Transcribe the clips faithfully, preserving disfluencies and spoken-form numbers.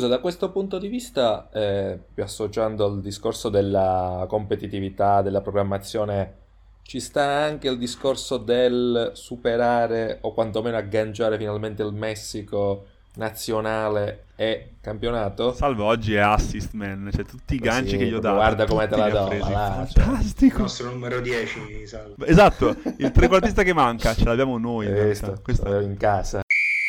Da questo punto di vista, eh, più associando al discorso della competitività, della programmazione, ci sta anche il discorso del superare o quantomeno agganciare finalmente il Messico nazionale e campionato. Salvo oggi è assist man, cioè tutti i ganci Così, che gli ho proprio dato, guarda come te tutti la li ha do, presi. là, cioè. Il Fantastico. nostro numero dieci, Salvo. Esatto, il trequartista che manca ce l'abbiamo noi in Hai realtà. visto? Questa- L'avevo in casa.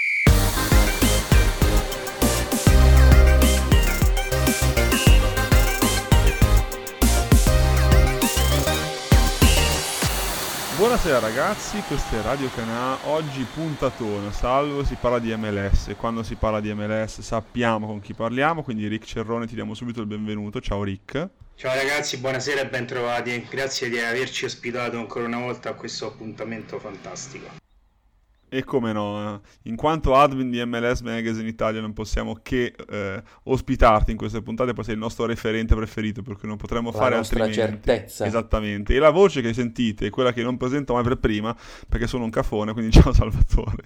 Buonasera ragazzi, questo è Radio Canà, oggi puntatona, salvo si parla di M L S e quando si parla di M L S sappiamo con chi parliamo, quindi Rick Cerrone ti diamo subito il benvenuto, ciao Rick. Ciao ragazzi, buonasera e bentrovati. Grazie di averci ospitato ancora una volta a questo appuntamento fantastico. E come no, eh, in quanto admin di M L S Magazine Italia non possiamo che eh, ospitarti in queste puntate, poi sei il nostro referente preferito perché non potremmo La fare nostra altrimenti. certezza. Esattamente, e la voce che sentite è quella che non presento mai per prima perché sono un cafone, quindi ciao Salvatore.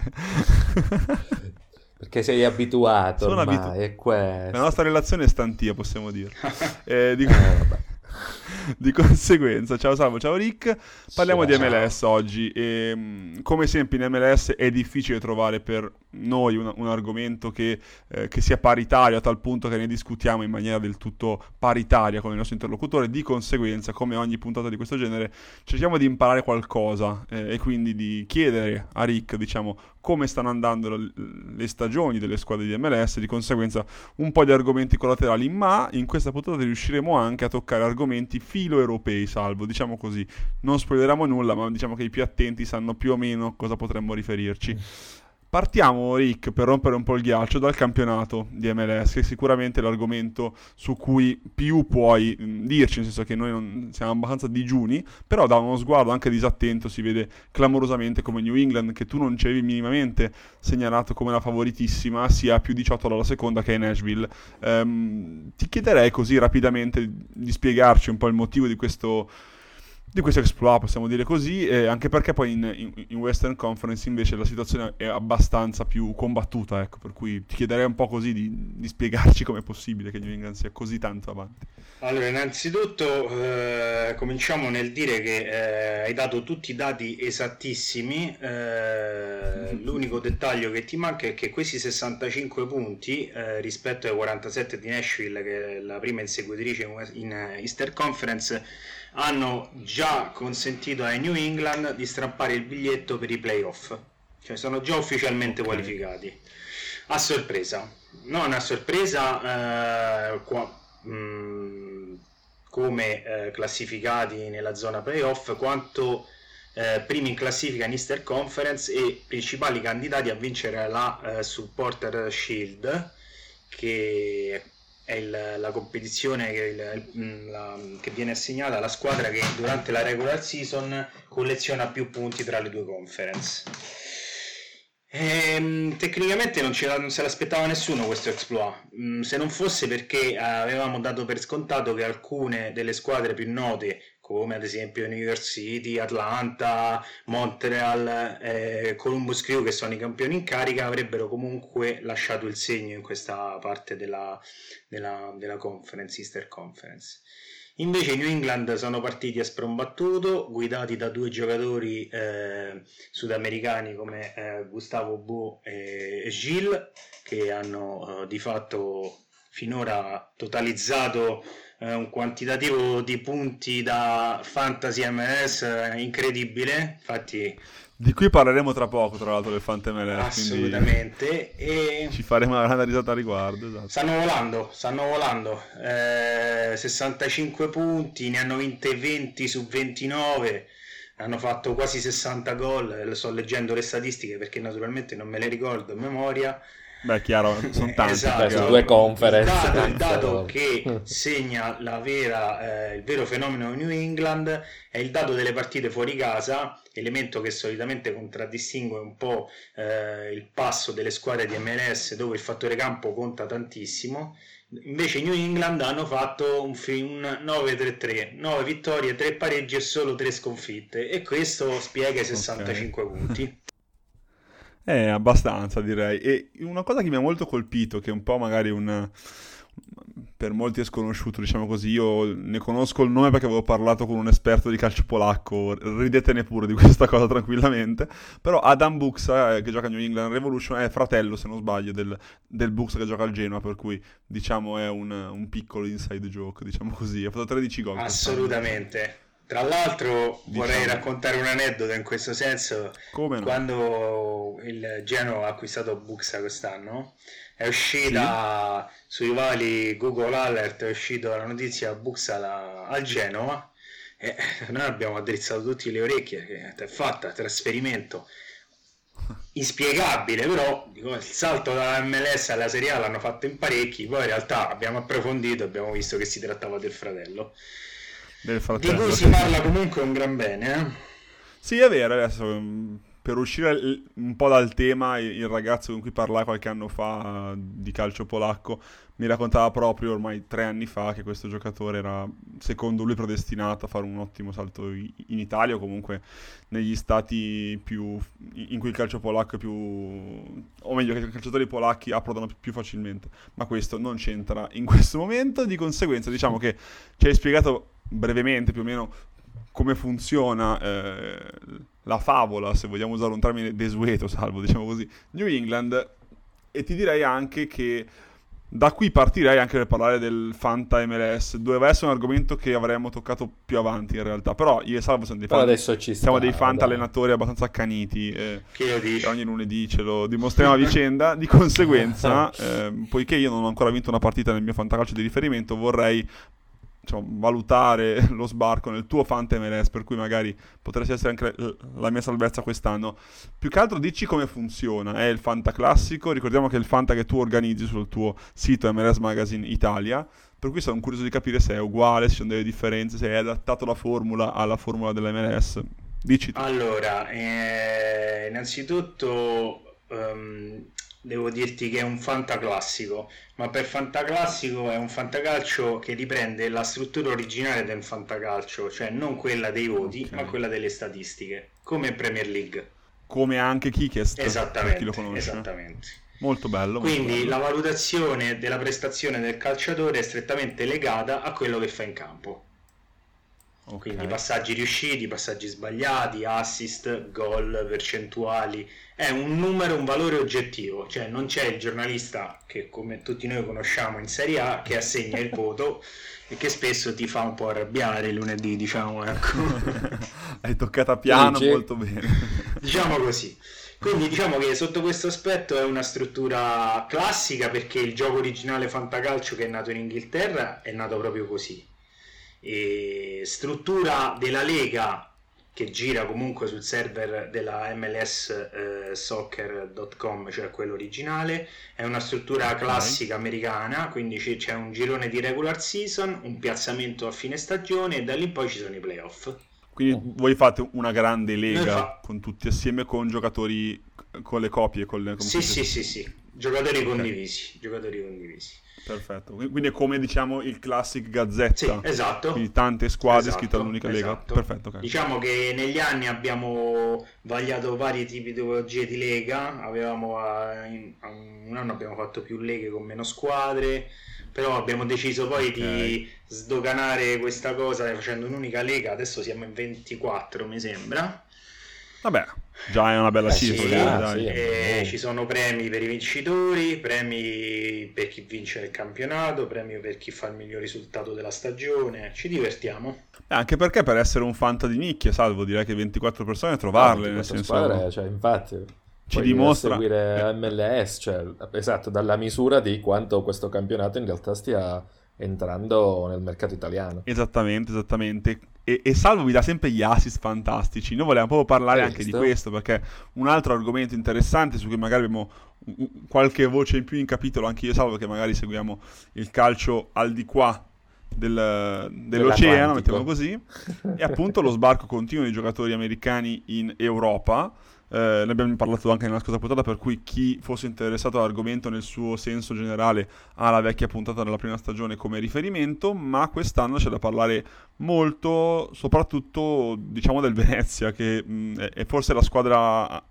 Perché sei abituato Sono ormai, abitu- è questo. La nostra relazione è stantia, possiamo dire. Eh, di... Eh, vabbè. Di conseguenza, ciao Salvo, ciao Rick, parliamo Ciao. di M L S oggi e mh, come sempre in M L S è difficile trovare per noi un, un argomento che, eh, che sia paritario a tal punto che ne discutiamo in maniera del tutto paritaria con il nostro interlocutore, di conseguenza come ogni puntata di questo genere cerchiamo di imparare qualcosa eh, e quindi di chiedere a Rick, diciamo, come stanno andando le, le stagioni delle squadre di M L S, di conseguenza un po' di argomenti collaterali, ma in questa puntata riusciremo anche a toccare argomenti filo europei, Salvo, diciamo così. Non spoileriamo nulla, ma diciamo che i più attenti sanno più o meno cosa potremmo riferirci. Partiamo, Rick, per rompere un po' il ghiaccio, dal campionato di M L S, che è sicuramente l'argomento su cui più puoi mh, dirci, nel senso che noi non siamo abbastanza digiuni, però da uno sguardo anche disattento si vede clamorosamente come New England, che tu non ci avevi minimamente segnalato come la favoritissima, sia più diciotto alla seconda che è Nashville. Ehm, ti chiederei così rapidamente di spiegarci un po' il motivo di questo... di questo exploit, possiamo dire così, eh, anche perché poi in, in, in Western Conference invece la situazione è abbastanza più combattuta, ecco, per cui ti chiederei un po' così di, di spiegarci com'è possibile che New England sia così tanto avanti. Allora, innanzitutto eh, cominciamo nel dire che eh, hai dato tutti i dati esattissimi. Eh, l'unico dettaglio che ti manca è che questi sessantacinque punti eh, rispetto ai quarantasette di Nashville, che è la prima inseguitrice in, West- in eh, Eastern Conference, hanno già consentito ai New England di strappare il biglietto per i playoff, cioè sono già ufficialmente Ok. qualificati. A sorpresa, non a sorpresa, eh, qua, mh, come eh, classificati nella zona playoff, quanto eh, primi in classifica in Eastern Conference e principali candidati a vincere la eh, Supporter Shield, che è il- la competizione che, il- il- la- che viene assegnata alla squadra che durante la regular season colleziona più punti tra le due conference. Ehm, tecnicamente non, ce la- non se l'aspettava nessuno questo exploit. Mm, se non fosse perché eh, avevamo dato per scontato che alcune delle squadre più note, come ad esempio New York City, Atlanta, Montreal, eh, Columbus Crew, che sono i campioni in carica, avrebbero comunque lasciato il segno in questa parte della, della, della conference, Eastern Conference. Invece i New England sono partiti a sprombattuto, guidati da due giocatori eh, sudamericani come eh, Gustavo Bo e Gilles, che hanno eh, di fatto finora totalizzato eh, un quantitativo di punti da Fantasy M L S eh, incredibile. Infatti, Di cui parleremo tra poco, tra l'altro, del Fante M L S, assolutamente. E ci faremo una grande risata a riguardo, esatto. stanno volando, stanno volando. Eh, sessantacinque punti, ne hanno vinte venti su ventinove, hanno fatto quasi sessanta gol. Sto leggendo le statistiche perché naturalmente non me le ricordo a memoria. Beh, chiaro, sono tanti. Esatto. Beh, su ragazzi. due conference. Il dato, il cazzo. dato che segna la vera, eh, il vero fenomeno New England è il dato delle partite fuori casa, elemento che solitamente contraddistingue un po' eh, il passo delle squadre di M L S, dove il fattore campo conta tantissimo. Invece i New England hanno fatto un, fi- un nove tre tre, nove vittorie, tre pareggi e solo tre sconfitte, e questo spiega i sessantacinque punti. Eh, abbastanza direi. E una cosa che mi ha molto colpito, che è un po' magari un... per molti è sconosciuto, diciamo così, io ne conosco il nome perché avevo parlato con un esperto di calcio polacco, ridetene pure di questa cosa tranquillamente, però Adam Buksa, eh, che gioca a New England Revolution, è fratello, se non sbaglio, del, del Buksa che gioca al Genoa, per cui diciamo è un, un piccolo inside joke, diciamo così, ha fatto tredici gol. Assolutamente. Tra l'altro Diciamo. vorrei raccontare un aneddoto in questo senso. Come no? Quando il Genoa ha acquistato Buksa quest'anno, è uscita sì. sui vari Google Alert, è uscita la notizia Buksa la, al Genoa, e noi abbiamo addrizzato tutte le orecchie, che è fatta, trasferimento inspiegabile, però dico, il salto dalla M L S alla Serie A l'hanno fatto in parecchi, poi in realtà abbiamo approfondito e abbiamo visto che si trattava del fratello. Del fratello. Di cui si parla comunque un gran bene, eh? Sì, è vero. Adesso, per uscire un po' dal tema, il ragazzo con cui parlai qualche anno fa di calcio polacco mi raccontava proprio ormai tre anni fa che questo giocatore era, secondo lui, predestinato a fare un ottimo salto in Italia, o comunque negli stati più in cui il calcio polacco è più, o meglio, che i calciatori polacchi approdano più facilmente, ma questo non c'entra in questo momento. Di conseguenza diciamo che ci hai spiegato brevemente più o meno come funziona eh, la favola, se vogliamo usare un termine desueto, salvo, diciamo così, New England, e ti direi anche che da qui partirei anche per parlare del Fanta M L S. Doveva essere un argomento che avremmo toccato più avanti in realtà, però io e Salvo siamo dei, fan, adesso ci siamo sta, dei Fanta dai. allenatori abbastanza accaniti, eh, che lo dici? ogni lunedì ce lo dimostriamo a vicenda. Di conseguenza, eh, poiché io non ho ancora vinto una partita nel mio fantacalcio di riferimento, vorrei, diciamo, valutare lo sbarco nel tuo Fanta M L S, per cui magari potresti essere anche la mia salvezza quest'anno. Più che altro dici come funziona. È il Fanta classico, ricordiamo che è il Fanta che tu organizzi sul tuo sito M L S Magazine Italia, per cui sono curioso di capire se è uguale, se ci sono delle differenze, se hai adattato la formula alla formula dell'M L S. Dici tu. Allora, eh, innanzitutto um, devo dirti che è un fantaclassico, ma per fantaclassico è un fantacalcio che riprende la struttura originale del fantacalcio, cioè non quella dei voti, okay, ma quella delle statistiche, come Premier League. Come anche Kikest, esattamente, per chi lo conosce. Esattamente. Molto bello. Quindi molto bello. La valutazione della prestazione del calciatore è strettamente legata a quello che fa in campo. Okay. Quindi passaggi riusciti, passaggi sbagliati, assist, gol, percentuali. È un numero, un valore oggettivo, cioè non c'è il giornalista che, come tutti noi conosciamo in Serie A, che assegna il voto e che spesso ti fa un po' arrabbiare il lunedì, diciamo, ecco. Hai toccata piano, Dice... molto bene. Diciamo così. Quindi diciamo che sotto questo aspetto è una struttura classica, perché il gioco originale fantacalcio che è nato in Inghilterra è nato proprio così. E struttura della Lega che gira comunque sul server della M L S eh, soccer punto com, cioè quello originale, è una struttura classica americana, quindi c- c'è un girone di regular season, un piazzamento a fine stagione e da lì in poi ci sono i playoff. Quindi voi fate una grande lega fa... con tutti assieme, con giocatori, con le copie, con le... Sì, sì, sì, sì, giocatori okay. condivisi, giocatori condivisi. Perfetto, quindi è come, diciamo, il classic gazzetta. Sì, esatto. Quindi tante squadre esatto, iscritte all'unica esatto. lega. Perfetto, okay. Diciamo che negli anni abbiamo vagliato varie tipi di tipologie di lega, avevamo in, un anno abbiamo fatto più leghe con meno squadre, però abbiamo deciso poi okay. di sdoganare questa cosa facendo un'unica lega. Adesso siamo in ventiquattro, mi sembra. Vabbè, già è una bella eh cifra. sì, dai. Sì, e ci sono premi per i vincitori, premi per chi vince il campionato, premi per chi fa il miglior risultato della stagione. Ci divertiamo. Eh, anche perché per essere un fanta di nicchia, Salvo, direi che ventiquattro persone trovarle, no, nel senso... Squadre, cioè, infatti... ci dimostra seguire M L S, cioè, esatto, dalla misura di quanto questo campionato in realtà stia entrando nel mercato italiano. Esattamente, esattamente. E, e Salvo vi dà sempre gli assist fantastici. Noi volevamo proprio parlare anche di questo, perché un altro argomento interessante su cui magari abbiamo qualche voce in più in capitolo, anche io e Salvo, che magari seguiamo il calcio al di qua del, dell'oceano, mettiamo così, è appunto lo sbarco continuo di giocatori americani in Europa. Eh, ne abbiamo parlato anche nella scorsa puntata, per cui chi fosse interessato all'argomento nel suo senso generale ha la vecchia puntata della prima stagione come riferimento, ma quest'anno c'è da parlare molto, soprattutto diciamo del Venezia, che mh, è forse la squadra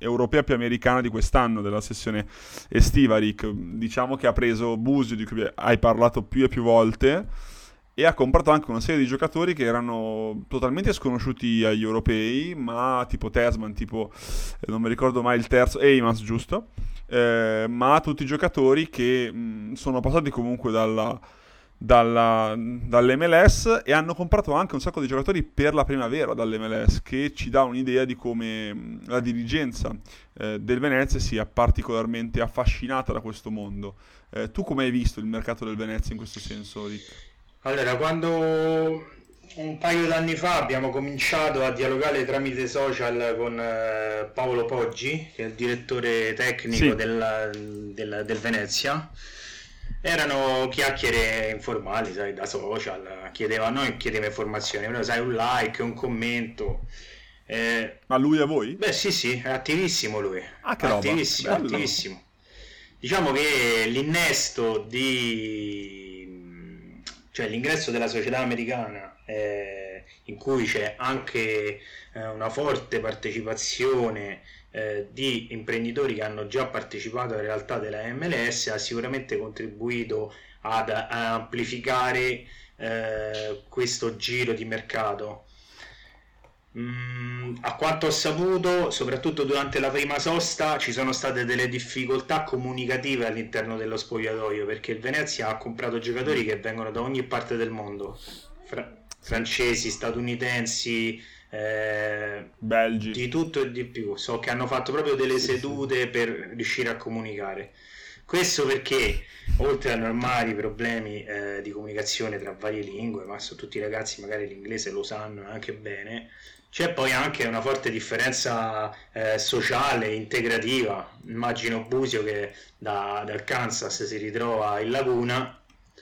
europea più americana di quest'anno, della sessione estiva, Rick. Diciamo che ha preso Busio, di cui hai parlato più e più volte, e ha comprato anche una serie di giocatori che erano totalmente sconosciuti agli europei, ma tipo Tasman, tipo, eh, non mi ricordo mai il terzo, Eymans, giusto? Eh, ma tutti giocatori che mh, sono passati comunque dalla, dalla, dall'M L S, e hanno comprato anche un sacco di giocatori per la primavera dall'M L S, che ci dà un'idea di come mh, la dirigenza eh, del Venezia sia particolarmente affascinata da questo mondo. Eh, tu come hai visto il mercato del Venezia in questo senso, Rick? Allora, quando un paio d'anni fa abbiamo cominciato a dialogare tramite social con eh, Paolo Poggi, che è il direttore tecnico Sì. del, del- del Venezia, erano chiacchiere informali, sai, da social, chiedeva a noi, chiedeva informazioni, però sai, un like, un commento. Eh, Ma lui a voi? beh, sì, sì, è attivissimo lui, Ah, che roba, attivissimo, bello. attivissimo. Diciamo che l'innesto di... cioè l'ingresso della società americana, eh, in cui c'è anche eh, una forte partecipazione eh, di imprenditori che hanno già partecipato in realtà della M L S, ha sicuramente contribuito ad, ad amplificare eh, questo giro di mercato. Mm, a quanto ho saputo, soprattutto durante la prima sosta, ci sono state delle difficoltà comunicative all'interno dello spogliatoio, perché il Venezia ha comprato giocatori che vengono da ogni parte del mondo, Fra- francesi, statunitensi, eh, Belgi. di tutto e di più. So che hanno fatto proprio delle Sì, sì. sedute per riuscire a comunicare. Questo perché, oltre a normali problemi eh, di comunicazione tra varie lingue, ma sono tutti ragazzi, magari l'inglese lo sanno anche bene, c'è poi anche una forte differenza eh, sociale, integrativa. Immagino Busio che da- dal Kansas si ritrova in Laguna.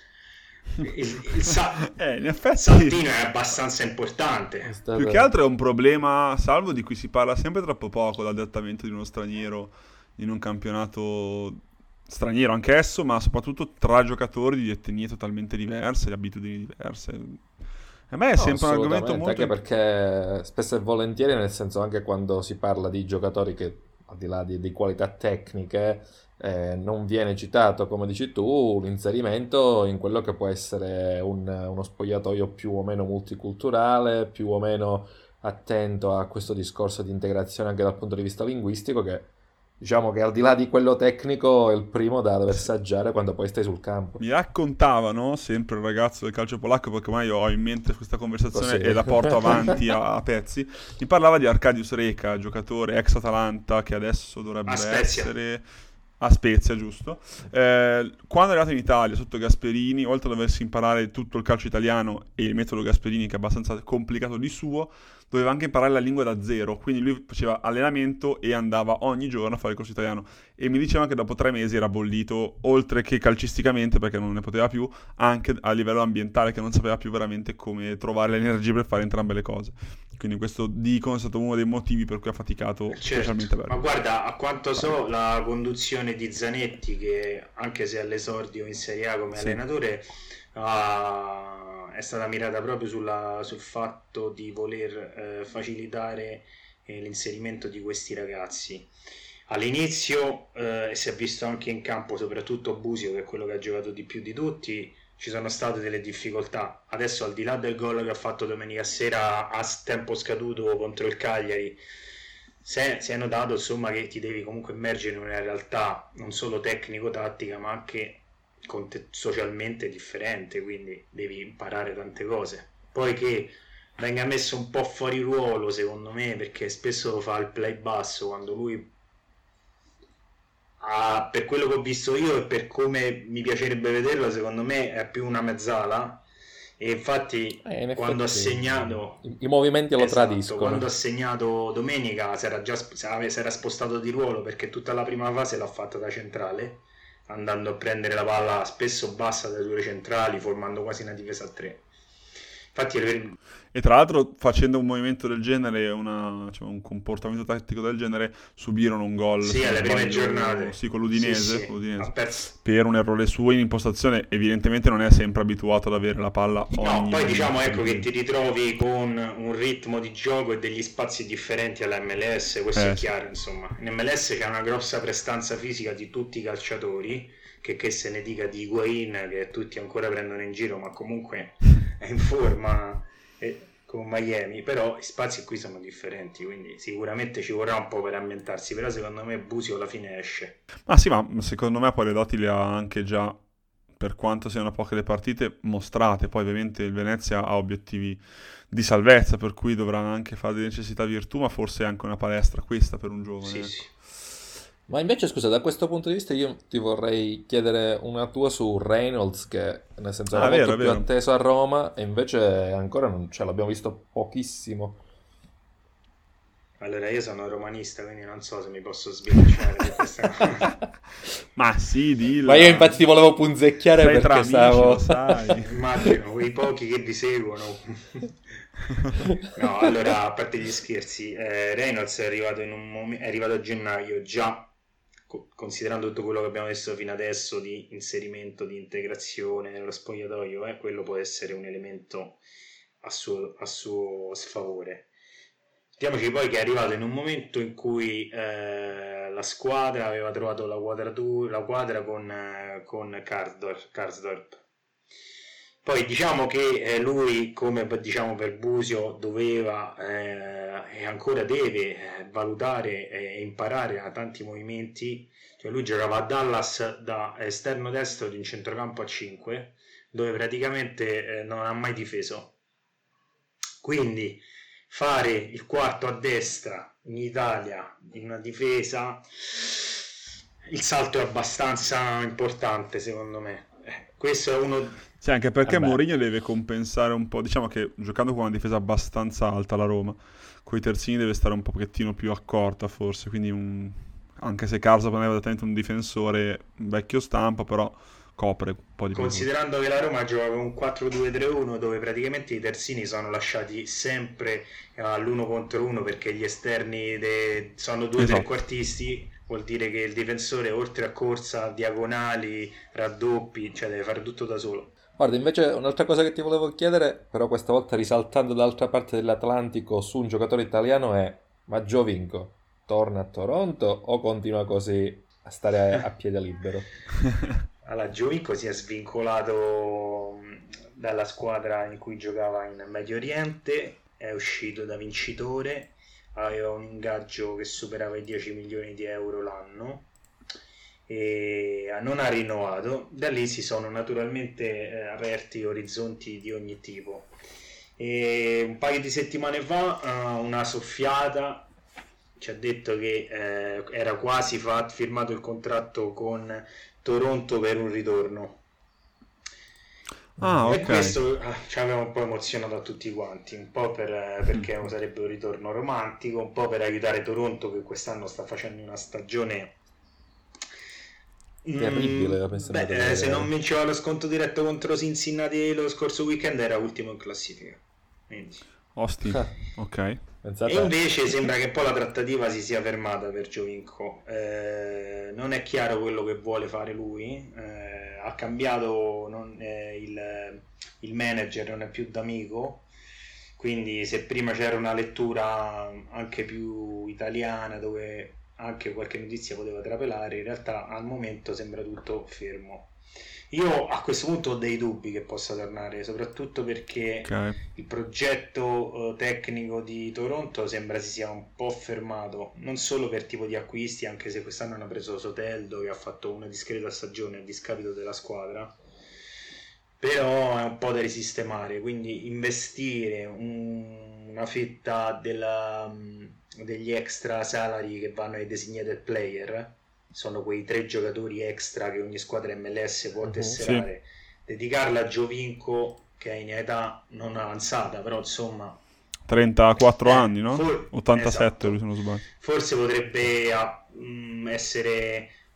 Il, il sa- Eh, in effetti, saltino è abbastanza È importante. stato- più che altro è un problema, Salvo, di cui si parla sempre troppo poco, l'adattamento di uno straniero in un campionato straniero anch'esso, ma soprattutto tra giocatori di etnie totalmente diverse, di abitudini diverse. A me è No, sempre un argomento assolutamente, molto... anche perché spesso e volentieri, nel senso anche quando si parla di giocatori che al di là di, di qualità tecniche eh, non viene citato, come dici tu, l'inserimento in quello che può essere un- uno spogliatoio più o meno multiculturale, più o meno attento a questo discorso di integrazione anche dal punto di vista linguistico, che diciamo che al di là di quello tecnico è il primo da dover saggiare quando poi stai sul campo. Mi raccontavano, sempre il ragazzo del calcio polacco, perché ormai ho in mente questa conversazione Così. e la porto avanti a, a pezzi, mi parlava di Arkadiusz Reka, giocatore ex Atalanta, che adesso dovrebbe A Spezia. essere a Spezia, giusto? Eh, quando è arrivato in Italia sotto Gasperini, oltre ad doversi imparare tutto il calcio italiano e il metodo Gasperini, che è abbastanza complicato di suo, doveva anche imparare la lingua da zero, quindi lui faceva allenamento e andava ogni giorno a fare il corso italiano, e mi diceva che dopo tre mesi era bollito, oltre che calcisticamente, perché non ne poteva più, anche a livello ambientale, che non sapeva più veramente come trovare le energie per fare entrambe le cose. Quindi questo dicono è stato uno dei motivi per cui ha faticato Certo, specialmente ma bene. guarda, a quanto so, la conduzione di Zanetti, che anche se all'esordio in Serie A come Sì. allenatore, ha- è stata mirata proprio sulla- sul fatto di voler eh, facilitare eh, l'inserimento di questi ragazzi. All'inizio eh, si è visto anche in campo, soprattutto Busio, che è quello che ha giocato di più di tutti, ci sono state delle difficoltà. Adesso, al di là del gol che ha fatto domenica sera a s- tempo scaduto contro il Cagliari, se- si è notato insomma che ti devi comunque immergere in una realtà non solo tecnico-tattica, ma anche conte- socialmente differente, quindi devi imparare tante cose. Poi che venga messo un po' fuori ruolo, secondo me, perché spesso fa il play basso, quando lui, ah, per quello che ho visto io e per come mi piacerebbe vederlo, secondo me è più una mezzala. E infatti Eh, in quando ha effetti segnato, i, i movimenti lo esatto, tradiscono. quando ha segnato domenica si era già sp- si era spostato di ruolo, perché tutta la prima fase l'ha fatta da centrale, andando a prendere la palla spesso bassa dai due centrali, formando quasi una difesa a tre. Infatti, le- E tra l'altro facendo un movimento del genere, una, cioè, un comportamento tattico del genere, subirono un gol, sì, se non alle prime sbaglio, sì, giornate, con sì, l'Udinese, sì, con ha l'Udinese, perso. per un errore suo in impostazione. Evidentemente non è sempre abituato ad avere la palla No, ogni poi diciamo momento di ecco che ti tempo. ritrovi con un ritmo di gioco e degli spazi differenti alla M L S, questo è Eh sì. chiaro, insomma. In M L S c'è una grossa prestanza fisica di tutti i calciatori, che, che se ne dica di Higuain, che tutti ancora prendono in giro, ma comunque è in forma eh, con Miami, però i spazi qui sono differenti, quindi sicuramente ci vorrà un po' per ambientarsi, però secondo me Busio alla fine esce. Ma sì, ma secondo me poi le doti le ha anche già, per quanto siano poche le partite, mostrate. Poi ovviamente il Venezia ha obiettivi di salvezza, per cui dovrà anche fare di necessità virtù, ma forse è anche una palestra questa per un Sì, giovane, sì. ecco. Ma invece, scusa, da questo punto di vista io ti vorrei chiedere una tua su Reynolds, che nel senso Ah, era è vero, molto è più vero. atteso a Roma e invece ancora non ce l'abbiamo visto pochissimo. Allora io sono romanista, quindi non so se mi posso sbilanciare su questa cosa. Ma sì, Ma io dilla. infatti ti volevo punzecchiare Sei tra perché amici, lo stavo... sai. Immagino, quei pochi che vi seguono. No, allora, a parte gli scherzi, eh, Reynolds è arrivato, in un mom- è arrivato a gennaio già, co- considerando tutto quello che abbiamo visto fino adesso di inserimento, di integrazione nello spogliatoio, eh, quello può essere un elemento a suo, a suo sfavore. Diciamoci poi che è arrivato in un momento in cui eh, la squadra aveva trovato la quadratura, la quadra con, eh, con Karsdorp, Karsdorp. Poi diciamo che eh, lui, come diciamo per Busio, doveva eh, e ancora deve eh, valutare e imparare a tanti movimenti. Cioè lui giocava a Dallas da esterno destro di un centrocampo a cinque, dove praticamente eh, non ha mai difeso. Quindi fare il quarto a destra in Italia in una difesa, il salto è abbastanza importante secondo me. Eh, questo è uno... Sì, anche perché Vabbè, Mourinho deve compensare un po'. Diciamo che giocando con una difesa abbastanza alta la Roma, con i terzini deve stare un pochettino più accorta forse. Quindi un... anche se Carso non è esattamente un difensore vecchio stampo, però copre un po' di più. Considerando che la Roma gioca con un quattro due tre uno dove praticamente i terzini sono lasciati sempre all'uno contro uno perché gli esterni de... sono due Esatto. trequartisti, vuol dire che il difensore oltre a corsa, diagonali, raddoppi, cioè deve fare tutto da solo. guarda, invece un'altra cosa che ti volevo chiedere, però questa volta risaltando dall'altra parte dell'Atlantico su un giocatore italiano è: ma Giovinco torna a Toronto o continua così a stare a piede libero? Allora, Giovinco si è svincolato mh, dalla squadra in cui giocava in Medio Oriente, è uscito da vincitore, aveva un ingaggio che superava i dieci milioni di euro l'anno e non ha rinnovato. Da lì si sono naturalmente eh, aperti orizzonti di ogni tipo. E un paio di settimane fa eh, una soffiata ci ha detto che eh, era quasi fat- firmato il contratto con Toronto per un ritorno. Ah, E ok. questo ah, ci aveva un po' emozionato a tutti quanti, un po' per, eh, perché sarebbe un ritorno romantico, un po' per aiutare Toronto che quest'anno sta facendo una stagione. Mm, Terribile, mi sembra di beh, eh, se non vedere. vinceva lo sconto diretto contro Cincinnati lo scorso weekend era ultimo in classifica. Quindi. Osti. Ok. E Pensate, invece sembra che poi la trattativa si sia fermata per Giovinco. Eh, non è chiaro quello che vuole fare lui. Eh, ha cambiato non- eh, il, il manager, non è più d'amico. Quindi, se prima c'era una lettura anche più italiana, dove anche qualche notizia poteva trapelare, in realtà al momento sembra tutto fermo. Io a questo punto ho dei dubbi che possa tornare, soprattutto perché Ok. il progetto eh, tecnico di Toronto sembra si sia un po' fermato, non solo per tipo di acquisti, anche se quest'anno hanno preso Soteldo che ha fatto una discreta stagione a discapito della squadra, però è un po' da risistemare, quindi investire un- una fetta della, mh, degli extra salary che vanno ai designated player, sono quei tre giocatori extra che ogni squadra M L S può mhm. Sì. tesserare, dedicarla a Giovinco che è in età non avanzata, però insomma trentaquattro eh, anni, no? for- ottantasette lui esatto, se non sbaglio. forse potrebbe ah, mh, essere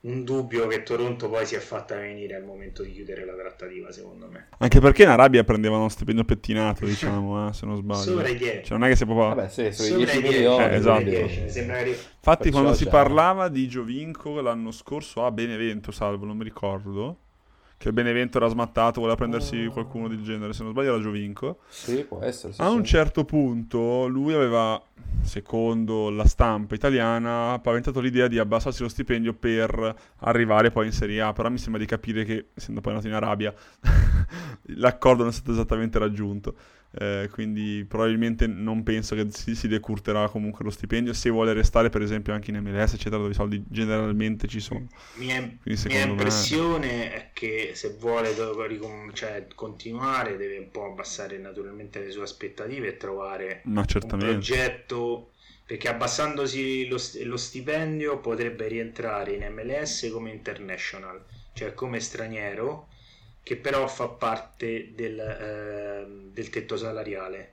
un dubbio che Toronto poi si è fatta venire al momento di chiudere la trattativa, secondo me. Anche perché in Arabia prendevano uno stipendio pettinato, diciamo, eh, se non sbaglio. Sopra i dieci. Cioè non è che si può... Vabbè, sì, sui Sopra dieci i dieci, milioni. Eh, esatto. dieci, mi sembra che... Infatti Perciò quando si già- parlava di Giovinco l'anno scorso a Benevento, salvo, non mi ricordo, che il Benevento era smattato, voleva prendersi qualcuno del genere, se non sbaglio era Giovinco. Sì, può essere. Sì, A un sì. certo punto lui aveva, secondo la stampa italiana, paventato l'idea di abbassarsi lo stipendio per arrivare poi in Serie A, però mi sembra di capire che, essendo poi andato in Arabia, l'accordo non è stato esattamente raggiunto. Eh, quindi probabilmente non penso che si, si decurterà comunque lo stipendio se vuole restare per esempio anche in M L S eccetera, dove i soldi generalmente ci sono. Mia, Quindi mia secondo me- impressione è che se vuole do- ricom- cioè, continuare deve un po' abbassare naturalmente le sue aspettative e trovare Ma un certamente. progetto, perché abbassandosi lo, st- lo stipendio potrebbe rientrare in M L S come international, cioè come straniero, che però fa parte del, ehm, del tetto salariale,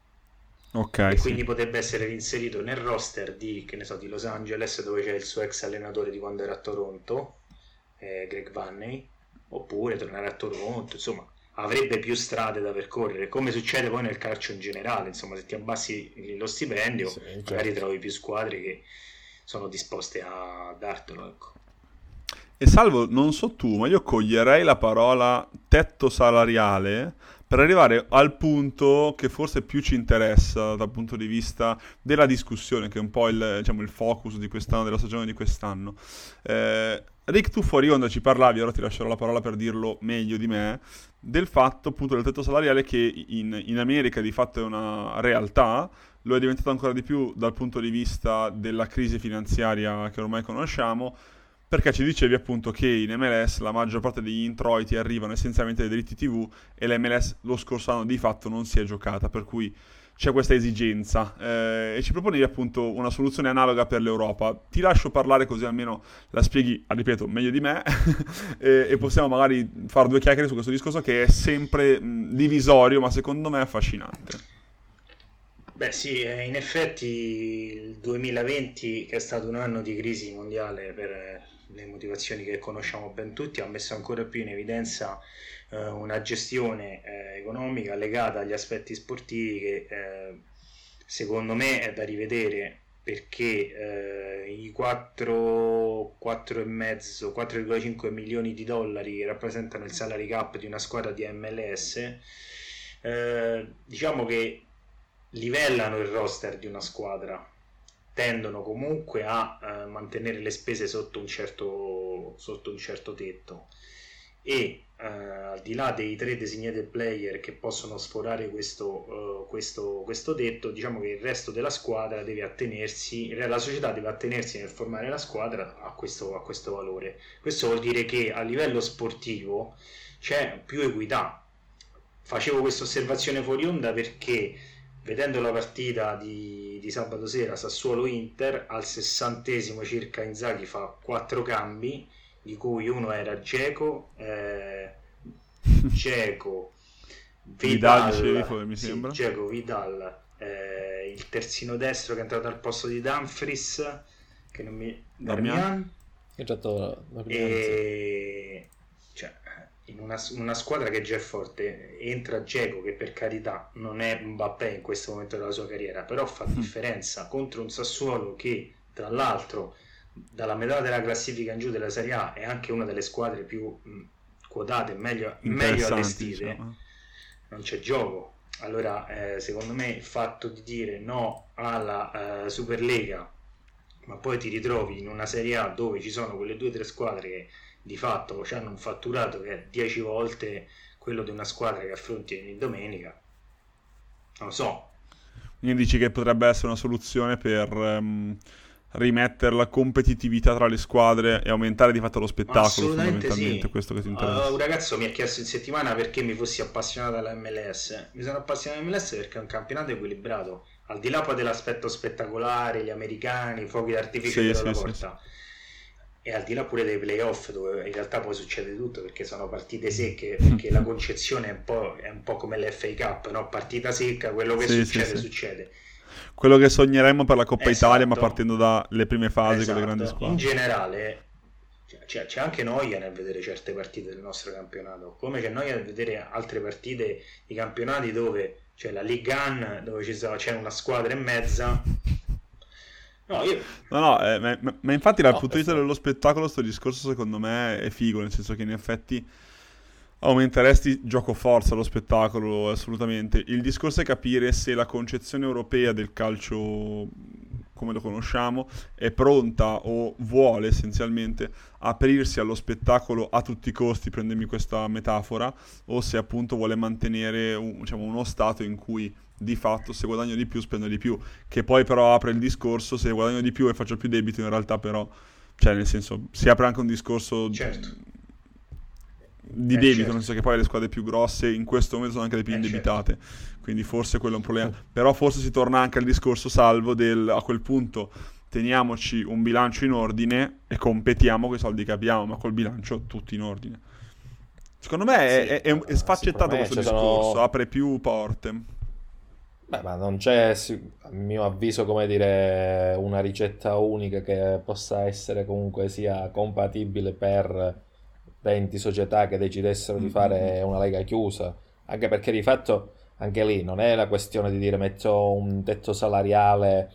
Ok, e sì. quindi potrebbe essere reinserito nel roster di, che ne so, di Los Angeles, dove c'è il suo ex allenatore di quando era a Toronto, eh, Greg Vanney, oppure tornare a Toronto, insomma avrebbe più strade da percorrere, come succede poi nel calcio in generale, insomma se ti abbassi lo stipendio Sì, certo. magari trovi più squadre che sono disposte a dartelo, ecco. E Salvo, non so tu, ma io coglierei la parola tetto salariale per arrivare al punto che forse più ci interessa dal punto di vista della discussione, che è un po' il, diciamo, il focus di quest'anno, della stagione di quest'anno. Eh, Rick, tu fuori onda ci parlavi, ora ti lascerò la parola per dirlo meglio di me, del fatto appunto del tetto salariale che in, in America di fatto è una realtà, lo è diventato ancora di più dal punto di vista della crisi finanziaria che ormai conosciamo, perché ci dicevi appunto che in M L S la maggior parte degli introiti arrivano essenzialmente dai diritti tivù e la M L S lo scorso anno di fatto non si è giocata, per cui c'è questa esigenza eh, e ci proponevi appunto una soluzione analoga per l'Europa. Ti lascio parlare così almeno la spieghi, ripeto, meglio di me e, e possiamo magari fare due chiacchiere su questo discorso che è sempre mh, divisorio ma secondo me affascinante. Beh sì, eh, in effetti il duemilaventi, che è stato un anno di crisi mondiale per eh, le motivazioni che conosciamo ben tutti, ha messo ancora più in evidenza eh, una gestione eh, economica legata agli aspetti sportivi che eh, secondo me è da rivedere, perché eh, i quattro, quattro e mezzo, quattro virgola cinque milioni di dollari che rappresentano il salary cap di una squadra di M L S, eh, diciamo che livellano il roster di una squadra, tendono comunque a eh, mantenere le spese sotto un certo, sotto un certo tetto, e eh, al di là dei tre designated player che possono sforare questo, uh, questo, questo tetto, diciamo che il resto della squadra deve attenersi, la società deve attenersi nel formare la squadra a questo, a questo valore. Questo vuol dire che a livello sportivo c'è più equità. Facevo questa osservazione fuori onda perché vedendo la partita di, di sabato sera Sassuolo-Inter, al sessantesimo circa Inzaghi fa quattro cambi, di cui uno era Dzeko, eh, Dzeko, Vidal, Vidal, dicevi, mi sì, sembra. Dzeko, Vidal, eh, il terzino destro che è entrato al posto di Dumfries, che non mi... Darmian. Darmian, È già to- la prima- e cioè, in una, una squadra che già è forte entra Dzeko, che per carità non è Mbappé in questo momento della sua carriera, però fa differenza contro un Sassuolo che tra l'altro dalla metà della classifica in giù della Serie A è anche una delle squadre più mh, quotate, meglio, meglio Interessanti, allestite. diciamo. Non c'è gioco. Allora eh, secondo me il fatto di dire no alla eh, Superlega, ma poi ti ritrovi in una Serie A dove ci sono quelle due o tre squadre che di fatto hanno un fatturato che è dieci volte quello di una squadra che affronti ogni domenica, non lo so. Quindi dici che potrebbe essere una soluzione per ehm, rimettere la competitività tra le squadre e aumentare di fatto lo spettacolo, Assolutamente fondamentalmente sì. questo che ti interessa. Uh, un ragazzo mi ha chiesto in settimana perché mi fossi appassionato alla M L S. Mi sono appassionato alla M L S perché è un campionato equilibrato, al di là poi dell'aspetto spettacolare, gli americani, i fuochi d'artificio Sì, dietro sì, la sì, porta, e al di là pure dei playoff dove in realtà poi succede tutto, perché sono partite secche, perché la concezione è un po', è un po' come l'F A Cup, no? Partita secca, quello che Sì, succede sì, sì. succede. Quello che sogneremmo per la Coppa Esatto. Italia, ma partendo dalle prime fasi con le grandi Esatto. squadre. In generale C'è, c'è anche noia nel vedere certe partite del nostro campionato, come c'è noia nel vedere altre partite di campionati dove c'è la Ligue uno, dove ci sa- c'è una squadra e mezza. No, io... No, no, eh, ma, ma- ma infatti dal No, punto di vista questo- dello spettacolo sto discorso secondo me è figo, nel senso che in effetti aumenteresti gioco forza lo spettacolo, assolutamente. Il discorso è capire se la concezione europea del calcio come lo conosciamo è pronta o vuole essenzialmente aprirsi allo spettacolo a tutti i costi, prendermi questa metafora, o se appunto vuole mantenere un- diciamo, uno stato in cui di fatto se guadagno di più spendo di più, che poi però apre il discorso se guadagno di più e faccio più debito in realtà però, cioè nel senso si apre anche un discorso Certo. di Eh, debito, certo. nel senso che poi le squadre più grosse in questo momento sono anche le più Eh, indebitate, quindi forse quello è un problema, però forse si torna anche al discorso salvo del a quel punto teniamoci un bilancio in ordine e competiamo con i soldi che abbiamo, ma col bilancio tutti in ordine. Secondo me è, Sì, è- è- è sfaccettato sicuramente questo ci sono- discorso, apre più porte. Beh, ma non c'è, si- a mio avviso, come dire, una ricetta unica che possa essere comunque sia compatibile per venti società che decidessero di fare una lega chiusa. Anche perché di fatto, anche lì, non è la questione di dire metto un tetto salariale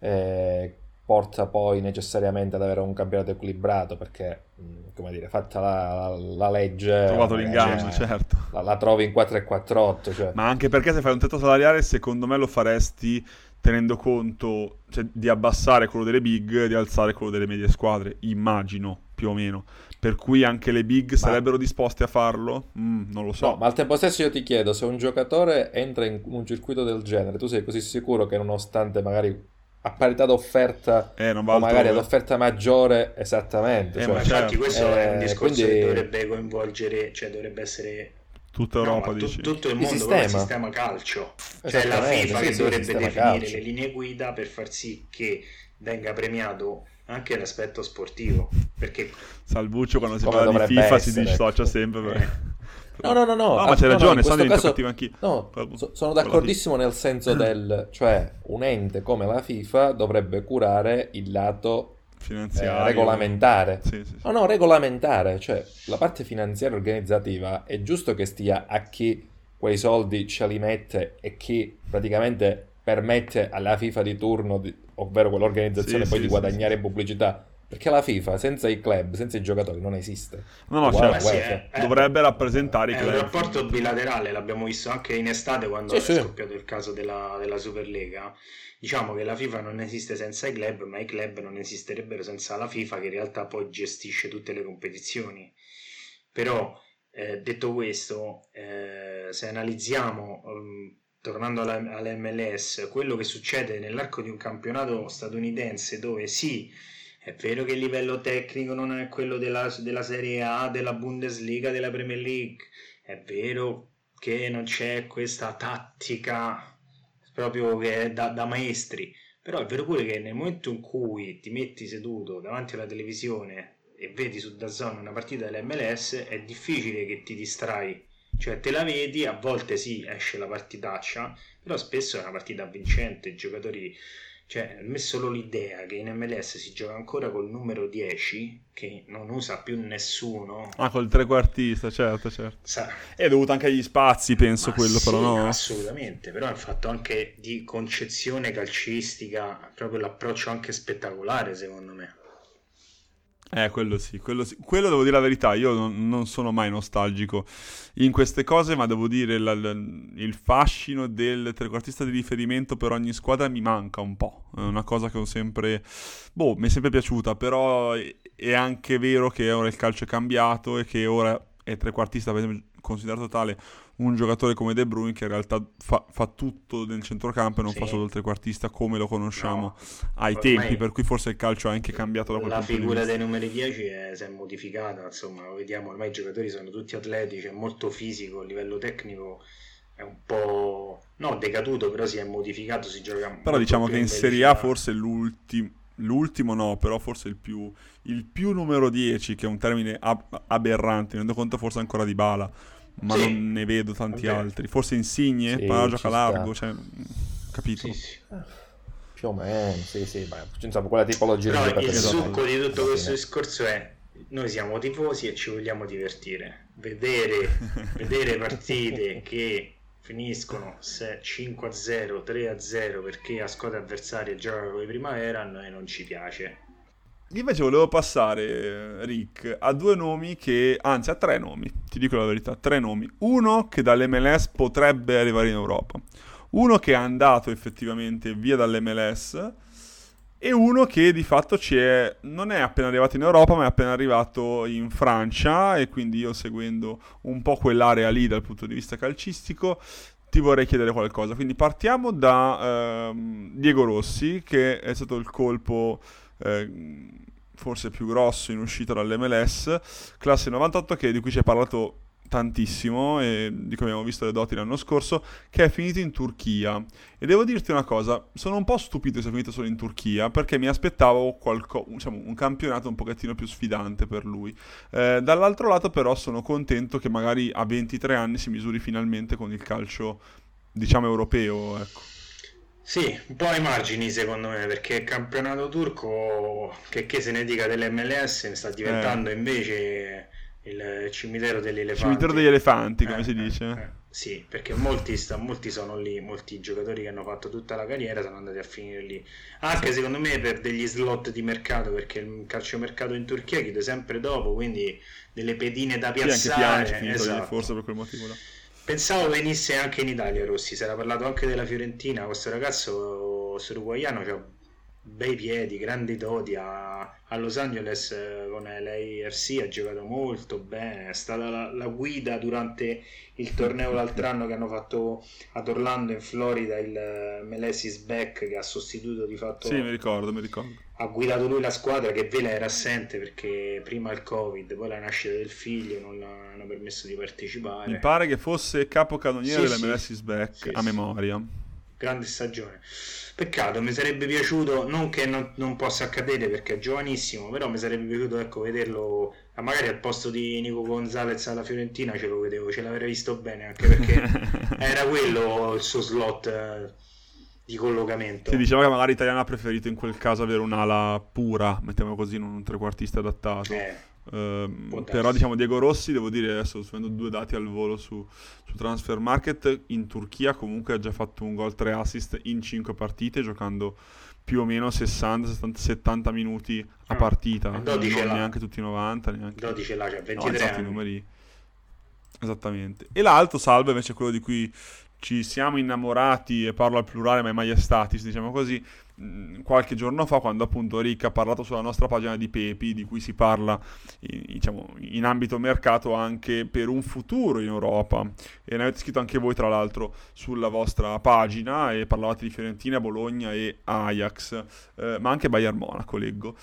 eh, porta poi necessariamente ad avere un campionato equilibrato, perché, mh, come dire, fatta la, la- la legge, Ho trovato magari, l'inganno, eh, certo. la, la trovi in quattro e quarantotto, cioè. Ma anche perché se fai un tetto salariale, secondo me lo faresti tenendo conto, cioè, di abbassare quello delle big e di alzare quello delle medie squadre, immagino, più o meno. Per cui anche le big sarebbero disposte a farlo? Mm, non lo so. No, ma al tempo stesso io ti chiedo, se un giocatore entra in un circuito del genere, tu sei così sicuro che nonostante magari a parità d'offerta Eh, non va o magari ad altrove. offerta maggiore, esattamente, Eh, cioè, ma Infatti certo. questo è un Eh, discorso quindi- che dovrebbe coinvolgere, cioè dovrebbe essere Tutta no, Europa, ma tu- dici? tutto il Il mondo, proprio il sistema. sistema calcio. Cioè la Esattamente, FIFA sì, che sì, il dovrebbe sistema definire calcio. le linee guida per far sì che venga premiato anche l'aspetto sportivo, perché Salvuccio quando si Come parla di dovrebbe FIFA si essere, dissocia ecco. sempre. perché- No, no, no, no, No, ah, ma c'hai no, no, ragione, in sono questo diventato caso- cattivo anch'io. No, Con- so- sono con la d'accordissimo nel senso del, cioè, un ente come la FIFA dovrebbe curare il lato FIFA eh, finanziario. regolamentare. Sì, sì, sì. No, no, regolamentare, cioè la parte finanziaria organizzativa è giusto che stia a chi quei soldi ce li mette e chi praticamente permette alla FIFA di turno, di- ovvero quell'organizzazione Sì, poi sì, di sì, guadagnare sì. pubblicità, perché la FIFA senza i club, senza i giocatori non esiste. No, no, Uguale, certo. Ma sì, uguale, è- Dovrebbe rappresentare i è un club. rapporto bilaterale, l'abbiamo visto anche in estate quando Sì, è sì. scoppiato il caso della, della Superlega. Diciamo che la FIFA non esiste senza i club, ma i club non esisterebbero senza la FIFA, che in realtà poi gestisce tutte le competizioni. Però, eh, detto questo, eh, se analizziamo, ehm, tornando alla, all'M L S, quello che succede nell'arco di un campionato statunitense dove sì, è vero che il livello tecnico non è quello della, della Serie A, della Bundesliga, della Premier League, è vero che non c'è questa tattica proprio che è da, da maestri, però è vero pure che nel momento in cui ti metti seduto davanti alla televisione e vedi su DAZN una partita dell'M L S, è difficile che ti distrai, cioè te la vedi, a volte sì, esce la partitaccia, però spesso è una partita vincente, i giocatori, cioè a me solo l'idea che in M L S si gioca ancora col numero dieci, che non usa più nessuno, Ah, col trequartista, certo, certo. sa, È dovuto anche agli spazi, penso, ma quello, sì, però no? assolutamente, però è un fatto anche di concezione calcistica, proprio l'approccio anche spettacolare secondo me. Eh, quello sì, quello sì. Quello devo dire la verità, io non, non sono mai nostalgico in queste cose, ma devo dire la- la- il fascino del trequartista di riferimento per ogni squadra mi manca un po'. È una cosa che ho sempre... Boh, mi è sempre piaciuta, però è, è anche vero che ora il calcio è cambiato e che ora è trequartista, per esempio, considerato tale un giocatore come De Bruyne che in realtà fa, fa tutto nel centrocampo e non Sì. fa solo il trequartista come lo conosciamo No, ai ormai tempi, per cui forse il calcio ha anche cambiato da quel la punto di figura vista. dei numeri dieci è, si è modificata, insomma, lo vediamo, ormai i giocatori sono tutti atletici, è molto fisico, a livello tecnico è un po' no decaduto, però si è modificato, si gioca Però molto diciamo più che in velocità. Serie A forse l'ultimo, l'ultimo no, però forse il più, il più numero dieci, che è un termine ab- aberrante, mi rendo conto forse ancora Dybala, ma Sì, non ne vedo tanti è vero. altri. Forse Insigne, Sì, ma ci gioca sta. largo, cioè, capito? Sì, sì. più o meno, sì, sì, ma insomma quella tipologia Però di il giocatori. Esatto. succo di tutto alla questo fine. discorso è noi siamo tifosi e ci vogliamo divertire. Vedere, vedere partite che finiscono cinque a zero, tre a zero perché la squadra avversaria gioca con i Primavera, a noi non ci piace. Io invece volevo passare, Rick, a due nomi che, anzi a tre nomi, ti dico la verità, tre nomi. Uno che dall'M L S potrebbe arrivare in Europa, uno che è andato effettivamente via dall'M L S e uno che di fatto ci è, non è appena arrivato in Europa ma è appena arrivato in Francia, e quindi io, seguendo un po' quell'area lì dal punto di vista calcistico, ti vorrei chiedere qualcosa. Quindi partiamo da ehm, Diego Rossi, che è stato il colpo eh, forse più grosso in uscita dall'M L S, classe novantotto, che, di cui ci hai parlato tantissimo e di cui abbiamo visto le doti l'anno scorso, che è finito in Turchia. E devo dirti una cosa, sono un po' stupito che sia finito solo in Turchia, perché mi aspettavo qualco, diciamo, un campionato un pochettino più sfidante per lui. Eh, dall'altro lato però sono contento che magari a ventitré anni si misuri finalmente con il calcio, diciamo, europeo, ecco. Sì, un po' ai margini secondo me, perché il campionato turco, che, che se ne dica dell'M L S, sta diventando eh. invece il cimitero degli elefanti. Cimitero degli elefanti, come eh, si eh, dice. Eh. Sì, perché molti, sta, molti sono lì, molti giocatori che hanno fatto tutta la carriera sono andati a finire lì. Anche sì. secondo me per degli slot di mercato, perché il calciomercato in Turchia chiude sempre dopo, quindi delle pedine da piazzare. Sì, anche Pjanic è finito esatto. lì, forse per quel motivo là. Pensavo venisse anche in Italia Rossi, si era parlato anche della Fiorentina, questo ragazzo uruguaiano ha bei piedi, grandi doti, a, a Los Angeles eh, con l'A R C ha giocato molto bene, è stata la, la guida durante il torneo l'altro anno che hanno fatto ad Orlando in Florida, il Melesis Beck, che ha sostituito di fatto. Sì, mi ricordo, mi ricordo. Ha guidato lui la squadra, che Vela era assente perché prima il Covid, poi la nascita del figlio non l'hanno permesso di partecipare. Mi pare che fosse capocannoniere sì, della sì. Melesis Beck, sì, a sì. memoria. Grande stagione. Peccato, mi sarebbe piaciuto, non che non, non possa accadere perché è giovanissimo, però mi sarebbe piaciuto, ecco, vederlo magari al posto di Nico Gonzalez alla Fiorentina, ce lo vedevo, ce l'avrei visto bene, anche perché era quello il suo slot eh, di collocamento. Sì, diciamo che magari Italiano ha preferito in quel caso avere un'ala pura, mettiamo così, non un trequartista adattato. Eh. Uh, però diciamo Diego Rossi, devo dire, adesso sto vedendo due dati al volo su, su Transfer Market, in Turchia comunque ha già fatto un gol, tre assist in cinque partite, giocando più o meno sessanta settanta minuti a ah, partita, non neanche tutti i novanta, neanche dodici là, cioè ventitré no, esatto, anni. I numeri esattamente. E l'altro salvo invece è quello di cui ci siamo innamorati, e parlo al plurale ma è Majestatis, diciamo così, qualche giorno fa, quando appunto Rick ha parlato sulla nostra pagina di Pepi, di cui si parla diciamo in ambito mercato anche per un futuro in Europa, e ne avete scritto anche voi tra l'altro sulla vostra pagina, e parlavate di Fiorentina, Bologna e Ajax, eh, ma anche Bayern Monaco leggo.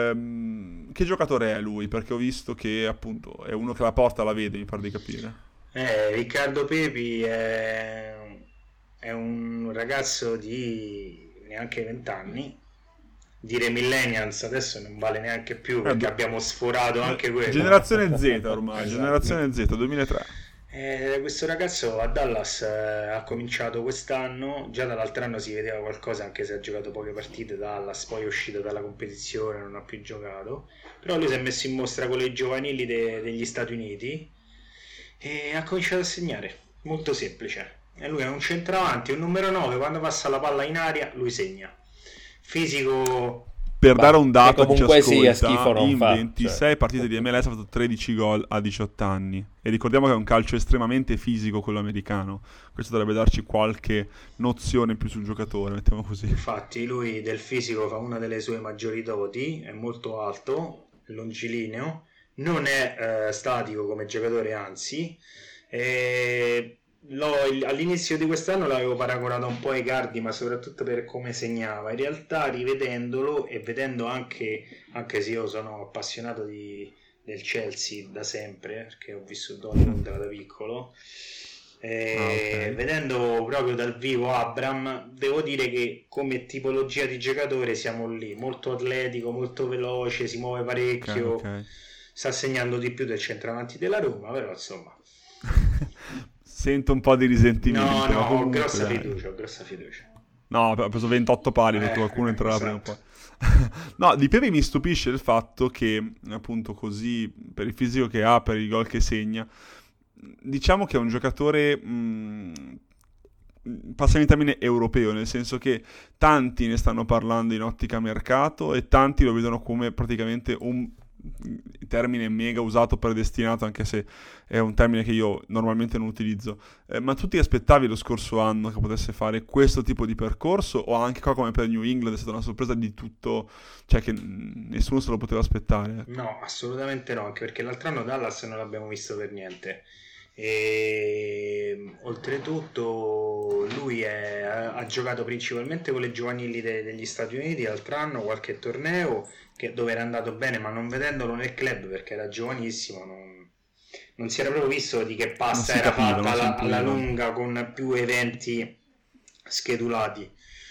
Ehm, che giocatore è lui? Perché ho visto che appunto è uno che la porta la vede, mi pare di capire. Eh, Riccardo Pepi è, è un ragazzo di neanche venti anni, dire millennials adesso non vale neanche più perché eh, abbiamo sforato anche quello. Generazione Z ormai, esatto. Generazione Z, duemilatré. Eh, questo ragazzo a Dallas eh, ha cominciato quest'anno, già dall'altro anno si vedeva qualcosa, anche se ha giocato poche partite Dallas, poi è uscito dalla competizione, non ha più giocato, però lui si è messo in mostra con le giovanili de- degli Stati Uniti e ha cominciato a segnare, molto semplice. E lui è un centravanti, un numero nove, quando passa la palla in aria lui segna. Fisico. Per bah, dare un dato che comunque ci ascolta, sia schifo non in fa, ventisei cioè. partite di M L S ha fatto tredici gol a diciotto anni, e ricordiamo che è un calcio estremamente fisico quello americano. Questo dovrebbe darci qualche nozione in più sul giocatore, mettiamo così. Infatti lui del fisico fa una delle sue maggiori doti, è molto alto, longilineo, non è eh, statico come giocatore, anzi e... L'ho, all'inizio di quest'anno l'avevo paragonato un po' ai Icardi, ma soprattutto per come segnava. In realtà, rivedendolo e vedendo anche, anche se io sono appassionato di, del Chelsea da sempre, perché ho vissuto a Londra da piccolo, e ah, okay. vedendo proprio dal vivo Abraham, devo dire che come tipologia di giocatore siamo lì, molto atletico, molto veloce, si muove parecchio, okay, okay. sta segnando di più del centravanti della Roma, però insomma... Sento un po' di risentimento. No, no, comunque, ho grossa dai. fiducia, ho grossa fiducia. No, ha preso ventotto pali, perché Eh, qualcuno entrerà prima o esatto. poi. No, di Pepe mi stupisce il fatto che, appunto, così, per il fisico che ha, per i gol che segna, diciamo che è un giocatore, mh, passami il termine, europeo, nel senso che tanti ne stanno parlando in ottica mercato e tanti lo vedono come praticamente un termine mega usato, predestinato, anche se è un termine che io normalmente non utilizzo. Eh, ma tu ti aspettavi lo scorso anno che potesse fare questo tipo di percorso, o anche qua come per New England è stata una sorpresa di tutto, cioè che n- nessuno se lo poteva aspettare, ecco. No, assolutamente no, anche perché l'altro anno Dallas non l'abbiamo visto per niente. E oltretutto lui è- ha, ha giocato principalmente con le giovanili de- degli Stati Uniti l'altro anno, qualche torneo che- dove era andato bene, ma non vedendolo nel club perché era giovanissimo, non, non si era proprio visto di che Non pasta si era capiva, fatta non si alla, alla intuiva. lunga con più eventi schedulati.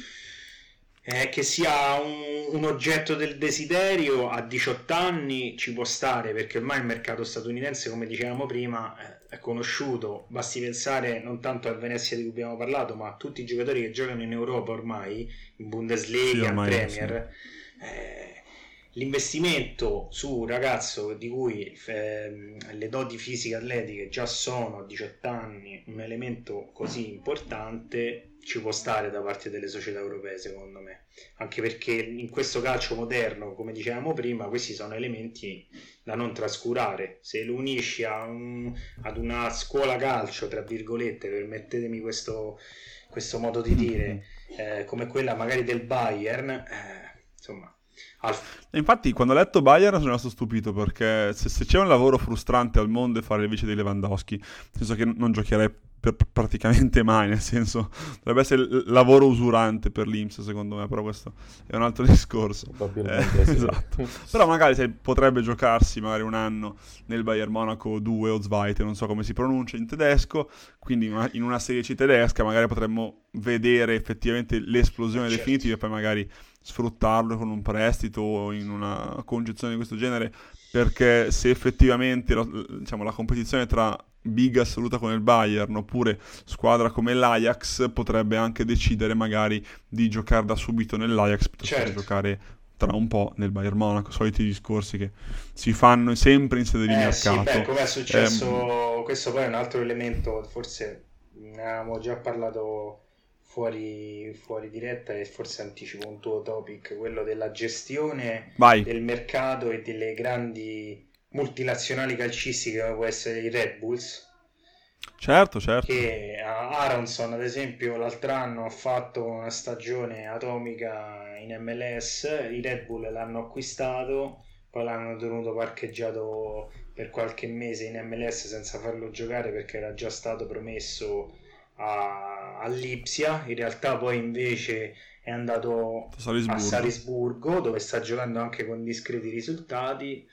Eh, che sia un, un oggetto del desiderio a diciotto anni ci può stare, perché ormai il mercato statunitense, come dicevamo prima, eh, è conosciuto. Basti pensare non tanto al Venezia di cui abbiamo parlato, ma a tutti i giocatori che giocano in Europa ormai, in Sì, Bundesliga, in ormai sì. Premier. eh, L'investimento su un ragazzo di cui ehm, le doti fisiche atletiche già sono a diciotto anni un elemento così importante ci può stare da parte delle società europee, secondo me, anche perché in questo calcio moderno, come dicevamo prima, questi sono elementi da non trascurare. Se lo unisci a un- ad una scuola calcio, tra virgolette, permettetemi questo, questo modo di dire, eh, come quella magari del Bayern, eh, insomma, al- E infatti, quando ho letto Bayern sono rimasto stupito, perché se, se c'è un lavoro frustrante al mondo è fare il vice di Lewandowski, nel senso che non giocherei per, per praticamente mai, nel senso dovrebbe essere il lavoro usurante per l'I N P S, secondo me, però questo è un altro discorso. Eh, Probabilmente sì. esatto. Però magari se potrebbe giocarsi magari un anno nel Bayern Monaco due o Zweite, non so come si pronuncia in tedesco, quindi in una, in una Serie C tedesca magari potremmo vedere effettivamente l'esplosione Certo. definitiva e poi magari sfruttarlo con un prestito o in una concezione di questo genere, perché se effettivamente la, diciamo, la competizione tra big assoluta con il Bayern oppure squadra come l'Ajax potrebbe anche decidere magari di giocare da subito nell'Ajax piuttosto che Certo. giocare tra un po' nel Bayern Monaco, soliti discorsi che si fanno sempre in sede di Eh sì, mercato. beh, come è Ehm, successo, questo poi è un altro elemento, forse ne avevamo già parlato fuori, fuori diretta e forse anticipo un tuo topic, quello della gestione vai, del mercato e delle grandi multinazionali calcistiche come può essere i Red Bulls, certo, certo. che Aronson ad esempio l'altro anno ha fatto una stagione atomica in M L S, i Red Bull l'hanno acquistato, poi l'hanno tenuto parcheggiato per qualche mese in M L S senza farlo giocare perché era già stato promesso a, all'Ipsia. In realtà poi invece è andato a Salisburgo. Salisburgo, dove sta giocando anche con discreti risultati.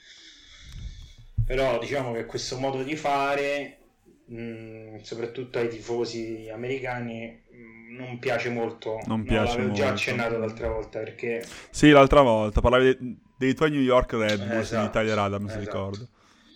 Però diciamo che questo modo di fare, mh, soprattutto ai tifosi americani, mh, non piace molto. Non No, piace l'avevo già molto. accennato l'altra volta perché Sì, l'altra volta parlavi de- dei tuoi New York Red Bulls, esatto, di Tyler Adams, esatto. ricordo.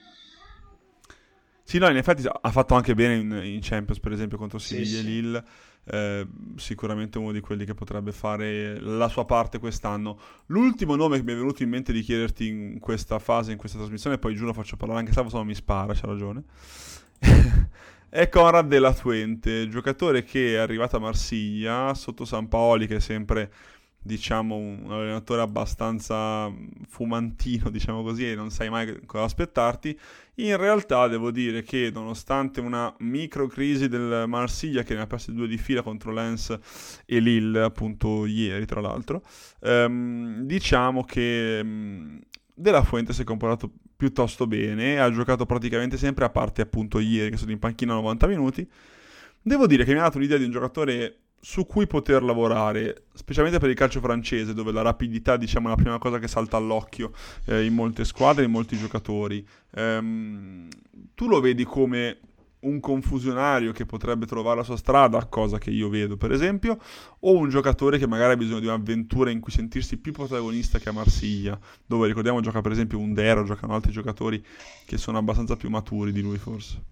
Sì, no, in effetti ha fatto anche bene in, in Champions, per esempio, contro Sì, Siviglia e sì. Lille. Eh, sicuramente uno di quelli che potrebbe fare la sua parte quest'anno. L'ultimo nome che mi è venuto in mente di chiederti in questa fase, in questa trasmissione, poi giuro faccio parlare anche Salvo, se no mi spara, c'ha ragione, è Conrad de la Fuente, giocatore che è arrivato a Marsiglia sotto Sampaoli, che è sempre, diciamo, un allenatore abbastanza fumantino, diciamo così, e non sai mai cosa aspettarti. In realtà devo dire che nonostante una microcrisi del Marsiglia, che ne ha perse due di fila contro Lens e Lille, appunto ieri tra l'altro, ehm, diciamo che ehm, De La Fuente si è comportato piuttosto bene, ha giocato praticamente sempre, a parte appunto ieri che è stato in panchina novanta minuti. Devo dire che mi ha dato l'idea di un giocatore su cui poter lavorare, specialmente per il calcio francese, dove la rapidità, diciamo, è la prima cosa che salta all'occhio eh, in molte squadre, in molti giocatori. Ehm, tu lo vedi come un confusionario che potrebbe trovare la sua strada, cosa che io vedo per esempio, o un giocatore che magari ha bisogno di un'avventura in cui sentirsi più protagonista che a Marsiglia, dove ricordiamo gioca per esempio Undero, giocano altri giocatori che sono abbastanza più maturi di lui forse.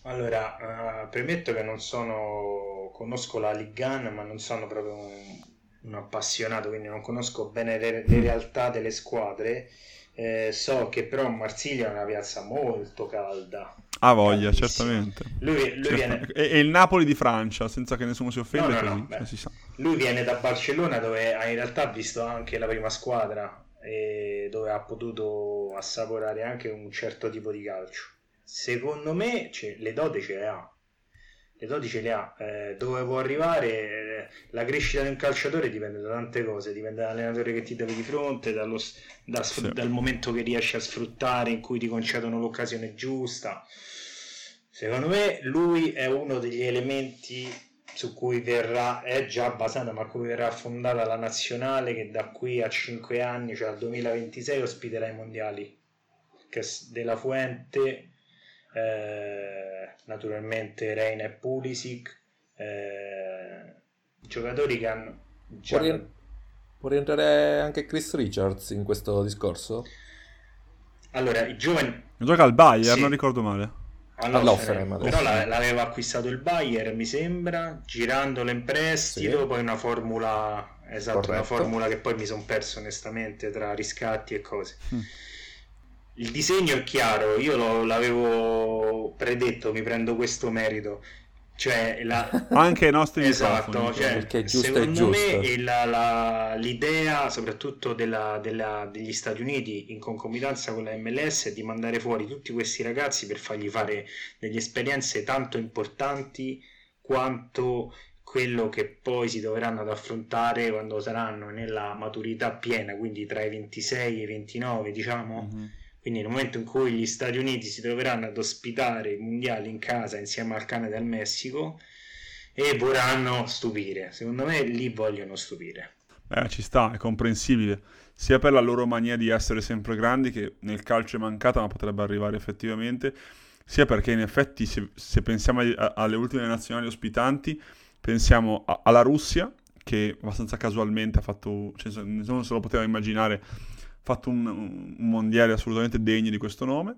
Allora, uh, premetto che non sono, conosco la Ligue uno, ma non sono proprio un, un appassionato, quindi non conosco bene le, le realtà delle squadre. Eh, so che però Marsiglia è una piazza molto calda. Ha voglia, caldissima. certamente. Lui, lui Certo. viene... È, è il Napoli di Francia, senza che nessuno si offenda, No, no, così, no, beh, cioè, si sa. lui viene da Barcellona, dove ha in realtà visto anche la prima squadra e dove ha potuto assaporare anche un certo tipo di calcio. Secondo me cioè, le doti ce le ha. Le doti ce le ha. Eh, dove può arrivare? Eh, la crescita di un calciatore dipende da tante cose, dipende dall'allenatore che ti trovi di fronte, dallo, da, Sì. dal momento che riesci a sfruttare, in cui ti concedono l'occasione giusta. Secondo me lui è uno degli elementi su cui verrà, è già basata, ma cui verrà fondata la nazionale, che da qui a cinque anni, cioè al duemilaventisei, ospiterà i mondiali. Che De La Fuente, eh, naturalmente Reina e Pulisic, eh, giocatori che hanno già... Può, rien- può rientrare anche Chris Richards in questo discorso? Allora, i giovani... Gioca al Bayern, Sì. non ricordo male. All'Hoffenheim adesso. Però la- l'aveva acquistato il Bayern, mi sembra, girandolo in prestito, Sì. poi una formula, esatto, una Corretto. formula che poi mi sono perso onestamente tra riscatti e cose. Mm. Il disegno è chiaro, io lo- l'avevo predetto, mi prendo questo merito, cioè la, Anche ai nostri esatto, microfoni. cioè, Perché è giusto, è secondo giusto. me il- la- la- l'idea soprattutto della- della- degli Stati Uniti in concomitanza con la M L S è di mandare fuori tutti questi ragazzi per fargli fare delle esperienze tanto importanti quanto quello che poi si dovranno ad affrontare quando saranno nella maturità piena, quindi tra i ventisei e i ventinove, diciamo. Mhm. Quindi nel momento in cui gli Stati Uniti si troveranno ad ospitare i mondiali in casa insieme al Canada e al Messico e vorranno stupire, secondo me lì vogliono stupire. Eh, ci sta, è comprensibile, sia per la loro mania di essere sempre grandi, che nel calcio è mancata ma potrebbe arrivare effettivamente, sia perché in effetti se, se pensiamo ai- a- alle ultime nazionali ospitanti, pensiamo a- alla Russia, che abbastanza casualmente ha fatto, cioè, nessuno se lo poteva immaginare, ha fatto un, un mondiale assolutamente degno di questo nome,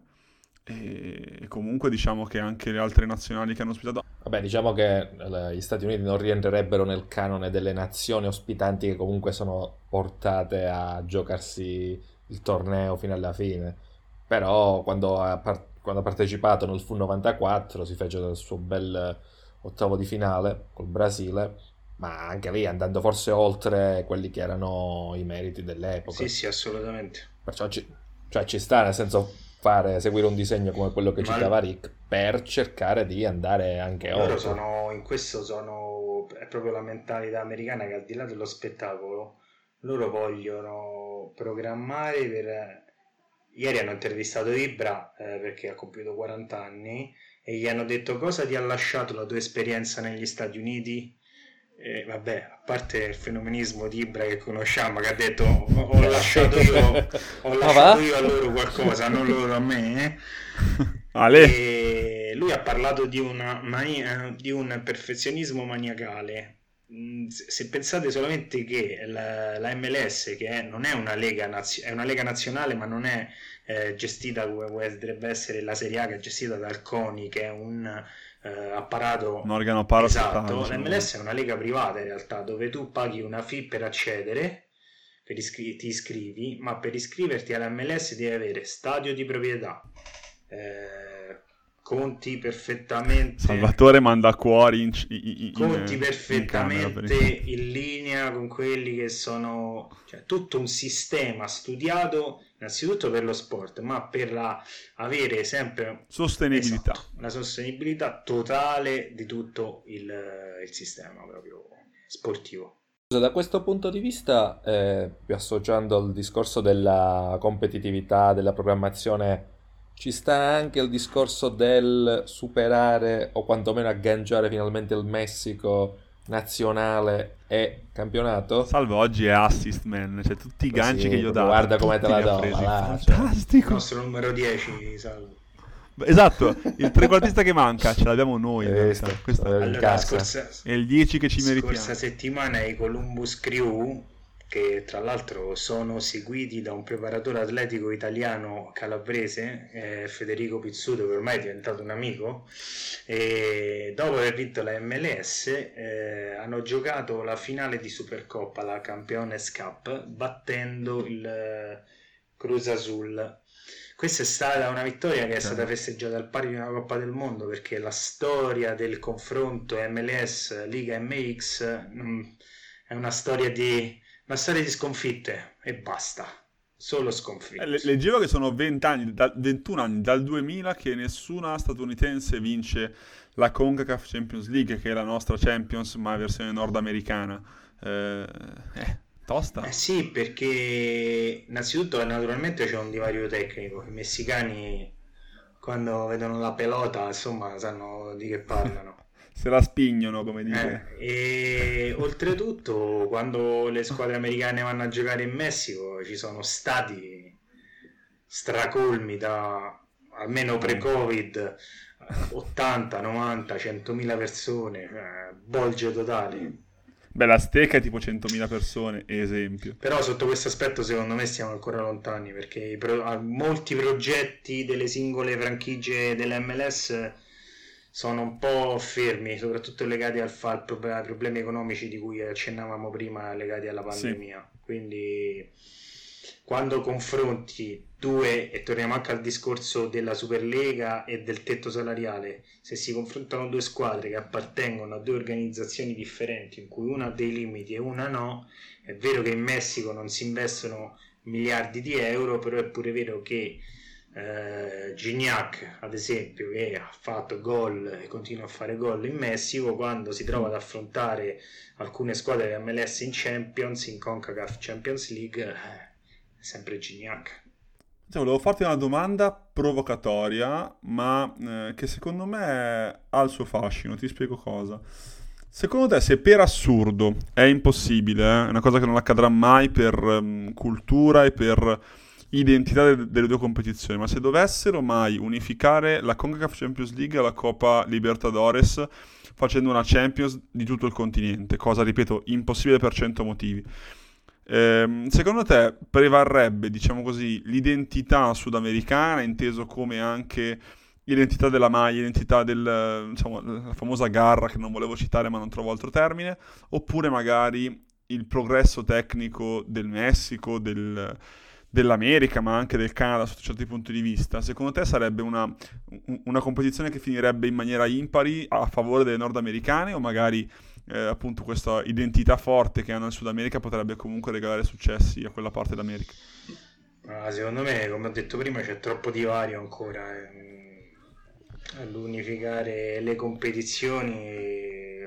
e comunque diciamo che anche le altre nazionali che hanno ospitato... Vabbè, diciamo che eh, gli Stati Uniti non rientrerebbero nel canone delle nazioni ospitanti che comunque sono portate a giocarsi il torneo fino alla fine. Però quando ha, par- quando ha partecipato nel F U novantaquattro si fece il suo bel ottavo di finale col Brasile, ma anche lì andando forse oltre quelli che erano i meriti dell'epoca. Sì, sì, assolutamente. Perciò ci, cioè ci sta, nel senso, fare, seguire un disegno come quello che Ma- citava Rick per cercare di andare anche Loro oltre. sono, in questo sono, è proprio la mentalità americana che al di là dello spettacolo, loro vogliono programmare per... Ieri hanno intervistato Ibra eh, perché ha compiuto quaranta anni e gli hanno detto: cosa ti ha lasciato la tua esperienza negli Stati Uniti? E vabbè, a parte il fenomenismo di Ibra che conosciamo, che ha detto ho, ho lasciato io ho Ma lasciato va? io a loro qualcosa, non loro a me, eh. Ale, E lui ha parlato di, una mania- di un perfezionismo maniacale. Mm, Se se pensate solamente che la, la M L S, che è- non è una lega, nazio- è una lega nazionale, ma non è eh, gestita come potrebbe essere la Serie A, che è gestita dal CONI, che è un eh, apparato un organo parastatale. esatto. insomma. L'M L S è una lega privata in realtà, dove tu paghi una fee per accedere, per iscri- ti iscrivi, ma per iscriverti alla M L S devi avere stadio di proprietà, eh, conti perfettamente Salvatore manda cuori in, in, in, conti in perfettamente camera per- in linea con quelli che sono, cioè tutto un sistema studiato innanzitutto per lo sport, ma per la, avere sempre Sostenibilità. esatto, una sostenibilità totale di tutto il, il sistema proprio sportivo. Da questo punto di vista, eh, più associando al discorso della competitività, della programmazione, ci sta anche il discorso del superare o quantomeno agganciare finalmente il Messico nazionale e campionato? Salvo oggi è assist man, cioè tutti i ganci Sì, che gli ho proprio dato. guarda come te tutti la li ha do, presi. va là, cioè. Il Fantastico. nostro numero dieci, Salvo. Esatto, il trequartista che manca ce l'abbiamo noi. in Eh, realtà. sto- Questa sto- in Allora, cassa. scorsa, è il dieci che ci meritiamo. scorsa settimana i Columbus Crew che tra l'altro sono seguiti da un preparatore atletico italiano calabrese, eh, Federico Pizzuto, che ormai è diventato un amico, e dopo aver vinto la M L S eh, hanno giocato la finale di Supercoppa, la Campeones Cup, battendo il eh, Cruz Azul. Questa è stata una vittoria che è stata festeggiata al pari di una Coppa del Mondo, perché la storia del confronto M L S Liga M X mm, è una storia di una storia di sconfitte e basta, solo sconfitte. Eh, le- leggevo che sono venti anni, da- ventuno anni dal duemila che nessuna statunitense vince la CONCACAF Champions League, che è la nostra Champions ma versione nordamericana. Eh, eh, tosta. Eh sì, perché innanzitutto naturalmente c'è un divario tecnico. I messicani quando vedono la pelota, insomma, sanno di che parlano. Se la spignono, come dire. Eh, e oltretutto, quando le squadre americane vanno a giocare in Messico, ci sono stati stracolmi da almeno pre-Covid, ottanta, novanta, centomila persone, eh, bolge totali. Beh, l'Azteca è tipo centomila persone, esempio. Però sotto questo aspetto secondo me stiamo ancora lontani, perché i pro- a- molti progetti delle singole franchigie dell'M L S sono un po' fermi, soprattutto legati al fa- al prob- ai problemi economici di cui accennavamo prima, legati alla pandemia. Quindi quando confronti due, e torniamo anche al discorso della Superlega e del tetto salariale, se si confrontano due squadre che appartengono a due organizzazioni differenti, in cui una ha dei limiti e una no, è vero che in Messico non si investono miliardi di euro, però è pure vero che eh, Gignac, ad esempio, che ha fatto gol e continua a fare gol in Messico, quando si trova ad affrontare alcune squadre della M L S in Champions, in CONCACAF Champions League, eh, è sempre Gignac. Cioè, volevo farti una domanda provocatoria, ma eh, che secondo me ha il suo fascino. Ti spiego cosa. Secondo te, se per assurdo è impossibile, eh, è una cosa che non accadrà mai per ehm, cultura e per identità de- delle due competizioni, ma se dovessero mai unificare la CONCACAF Champions League e la Coppa Libertadores facendo una Champions di tutto il continente, cosa, ripeto, impossibile per cento motivi. Ehm, secondo te prevarrebbe, diciamo così, l'identità sudamericana, inteso come anche identità della maglia, identità del, diciamo, la famosa garra che non volevo citare ma non trovo altro termine, oppure magari il progresso tecnico del Messico, del, dell'America, ma anche del Canada sotto certi punti di vista? Secondo te sarebbe una, una competizione che finirebbe in maniera impari a favore delle nordamericane, o magari eh, appunto questa identità forte che hanno in Sud America potrebbe comunque regalare successi a quella parte d'America? Ah, secondo me, come ho detto prima, c'è troppo divario ancora. eh. All'unificare le competizioni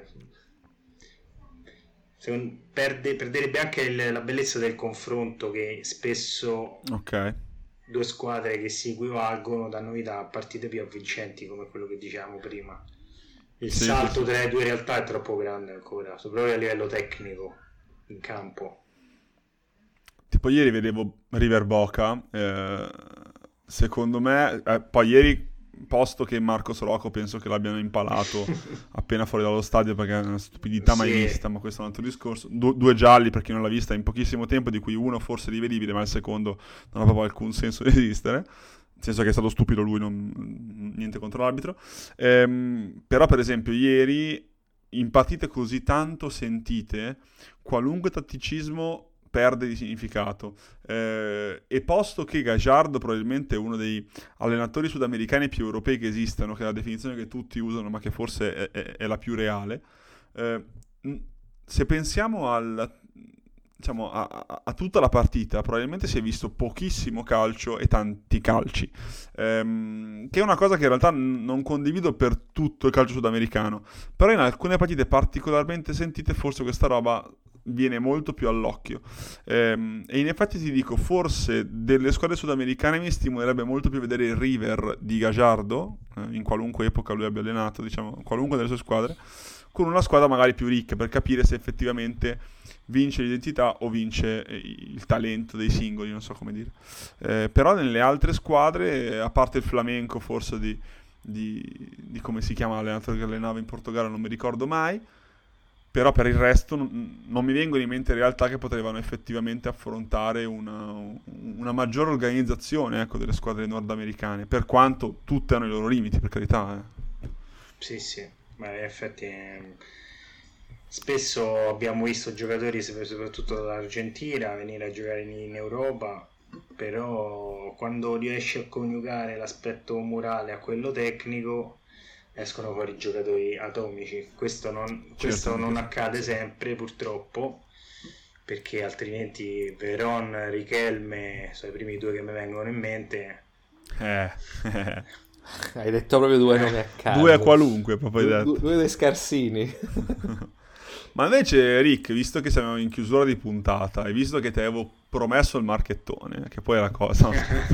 secondo- perde- perderebbe anche il- la bellezza del confronto, che spesso Ok. due squadre che si equivalgono danno vita a partite più avvincenti, come quello che dicevamo prima. Il Sì, salto sì, tra le due realtà è troppo grande ancora, soprattutto a livello tecnico in campo. Tipo ieri vedevo River Boca, eh, secondo me, eh, poi ieri, posto che Marco Soroco penso che l'abbiano impalato appena fuori dallo stadio perché è una stupidità mai Sì. vista, ma questo è un altro discorso. Du- due gialli per chi non l'ha vista in pochissimo tempo, di cui uno forse rivedibile, ma il secondo non ha proprio alcun senso di esistere. Nel senso che è stato stupido lui, non- niente contro l'arbitro. Ehm, però per esempio ieri, in partite così tanto sentite, qualunque tatticismo perde di significato. Eh, e posto che Gajardo probabilmente è uno dei allenatori sudamericani più europei che esistano, che è la definizione che tutti usano ma che forse è, è- è la più reale, eh, mh, se pensiamo al, diciamo, a, a- a tutta la partita, probabilmente si è visto pochissimo calcio e tanti calci, ehm, che è una cosa che in realtà n- non condivido per tutto il calcio sudamericano, però in alcune partite particolarmente sentite forse questa roba viene molto più all'occhio. Ehm, e in effetti ti dico, forse delle squadre sudamericane mi stimolerebbe molto più vedere il River di Gajardo, eh, in qualunque epoca lui abbia allenato, diciamo, qualunque delle sue squadre, con una squadra magari più ricca, per capire se effettivamente vince l'identità o vince eh, il talento dei singoli, non so come dire. Eh, però nelle altre squadre, eh, a parte il Flamenco forse di, di, di come si chiama l'allenatore che allenava in Portogallo, non mi ricordo mai, però per il resto non, non mi vengono in mente realtà che potevano effettivamente affrontare una, una maggiore organizzazione, ecco, delle squadre nordamericane, per quanto tutte hanno i loro limiti, per carità. Eh. Sì, sì, ma in effetti eh, spesso abbiamo visto giocatori, soprattutto dall'Argentina, venire a giocare in, in Europa, però quando riesci a coniugare l'aspetto morale a quello tecnico escono fuori giocatori atomici. Questo non, questo non accade sempre, purtroppo, perché altrimenti Veron, Richelme sono i primi due che mi vengono in mente. Eh. Hai detto proprio due nomi a caso. Due a qualunque, proprio due, detto. due, due dei scarsini. Ma invece, Rick, visto che siamo in chiusura di puntata e visto che ti avevo promesso il marchettone, che poi è la cosa,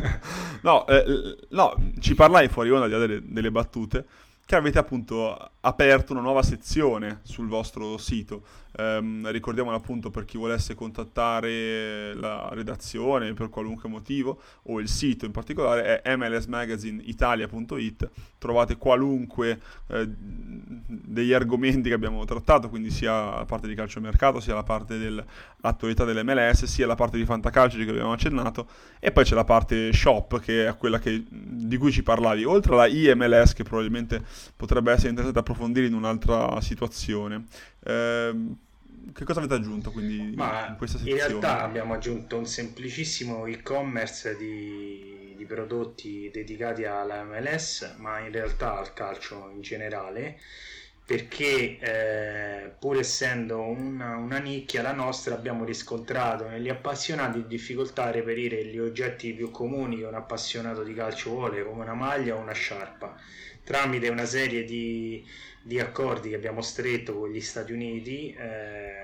no, eh, no, ci parlai fuori onda delle, delle battute, che avete appunto aperto una nuova sezione sul vostro sito. Um, ricordiamolo appunto per chi volesse contattare la redazione per qualunque motivo, o il sito in particolare è m l s magazine italia punto i t. Trovate qualunque eh, degli argomenti che abbiamo trattato, quindi sia la parte di calciomercato, sia la parte dell'attualità dell'M L S, sia la parte di fantacalcio che abbiamo accennato, e poi c'è la parte shop, che è quella che, di cui ci parlavi, oltre alla I M L S, che probabilmente potrebbe essere interessante approfondire in un'altra situazione. Eh, che cosa avete aggiunto quindi Ma in questa in sezione? realtà abbiamo aggiunto un semplicissimo e-commerce di, di prodotti dedicati alla M L S, ma in realtà al calcio in generale, perché eh, pur essendo una, una nicchia la nostra, abbiamo riscontrato negli appassionati difficoltà a reperire gli oggetti più comuni che un appassionato di calcio vuole, come una maglia o una sciarpa, tramite una serie di, di accordi che abbiamo stretto con gli Stati Uniti eh,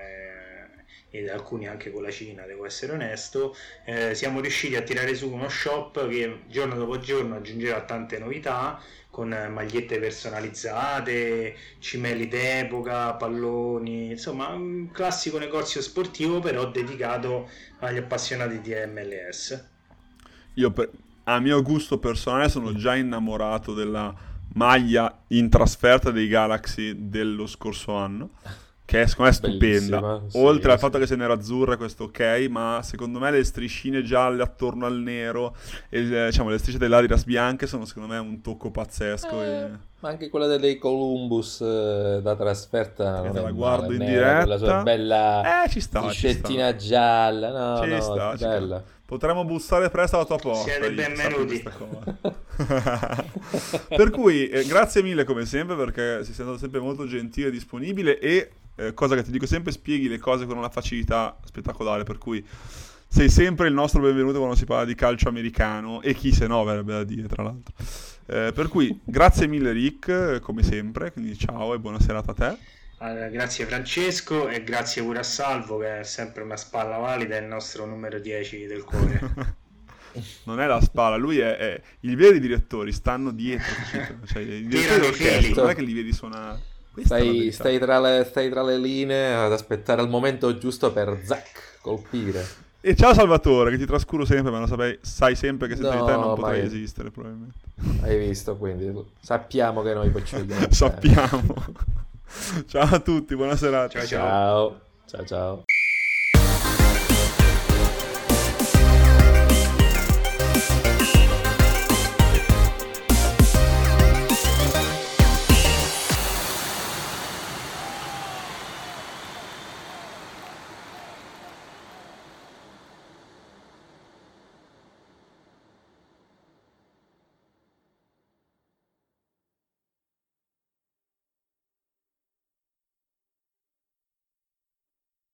ed alcuni anche con la Cina, devo essere onesto. Eh, siamo riusciti a tirare su uno shop che giorno dopo giorno aggiungerà tante novità, con magliette personalizzate, cimeli d'epoca, palloni, insomma un classico negozio sportivo però dedicato agli appassionati di M L S. Io per, a mio gusto personale sono già innamorato della maglia in trasferta dei Galaxy dello scorso anno, che è secondo me stupenda. Bellissima, sì, Oltre al sì. fatto che se nerazzurra, questo ok, ma secondo me le striscine gialle attorno al nero e le, diciamo, le strisce dell'Adidas bianche sono secondo me un tocco pazzesco. Eh, e... Ma anche quella dei Columbus eh, da trasferta Che non te è la male, guardo in nera, con la sua diretta. bella Eh, ci sta, ci striscettina sta. gialla, no, Ci no, sta, ci sta. bella. Potremmo bussare presto alla tua porta. Siete Rick, benvenuti. sappi questa cosa. Per cui eh, grazie mille come sempre, perché sei stato sempre molto gentile e disponibile, e eh, cosa che ti dico sempre, spieghi le cose con una facilità spettacolare, per cui sei sempre il nostro benvenuto quando si parla di calcio americano, e chi se no, verrebbe da dire, tra l'altro. Eh, per cui grazie mille Rick, come sempre, quindi ciao e buona serata a te. Allora, grazie Francesco, e grazie pure a Salvo, che è sempre una spalla valida, è il nostro numero dieci del cuore. Non è la spalla, lui è, è i veri direttori stanno dietro, cioè i direttori d'orchestra, non è che li vedi suonare. Questa è la Stai, verità. stai, tra le, stai tra le linee ad aspettare il momento giusto per zac, colpire. E ciao Salvatore, che ti trascuro sempre, ma lo saprai, sai sempre che senza No, di te non potrei ma- esistere probabilmente. Hai visto, quindi sappiamo che noi poi ci vediamo. Sappiamo. Ciao a tutti, buona serata. Ciao ciao. Ciao, ciao, ciao.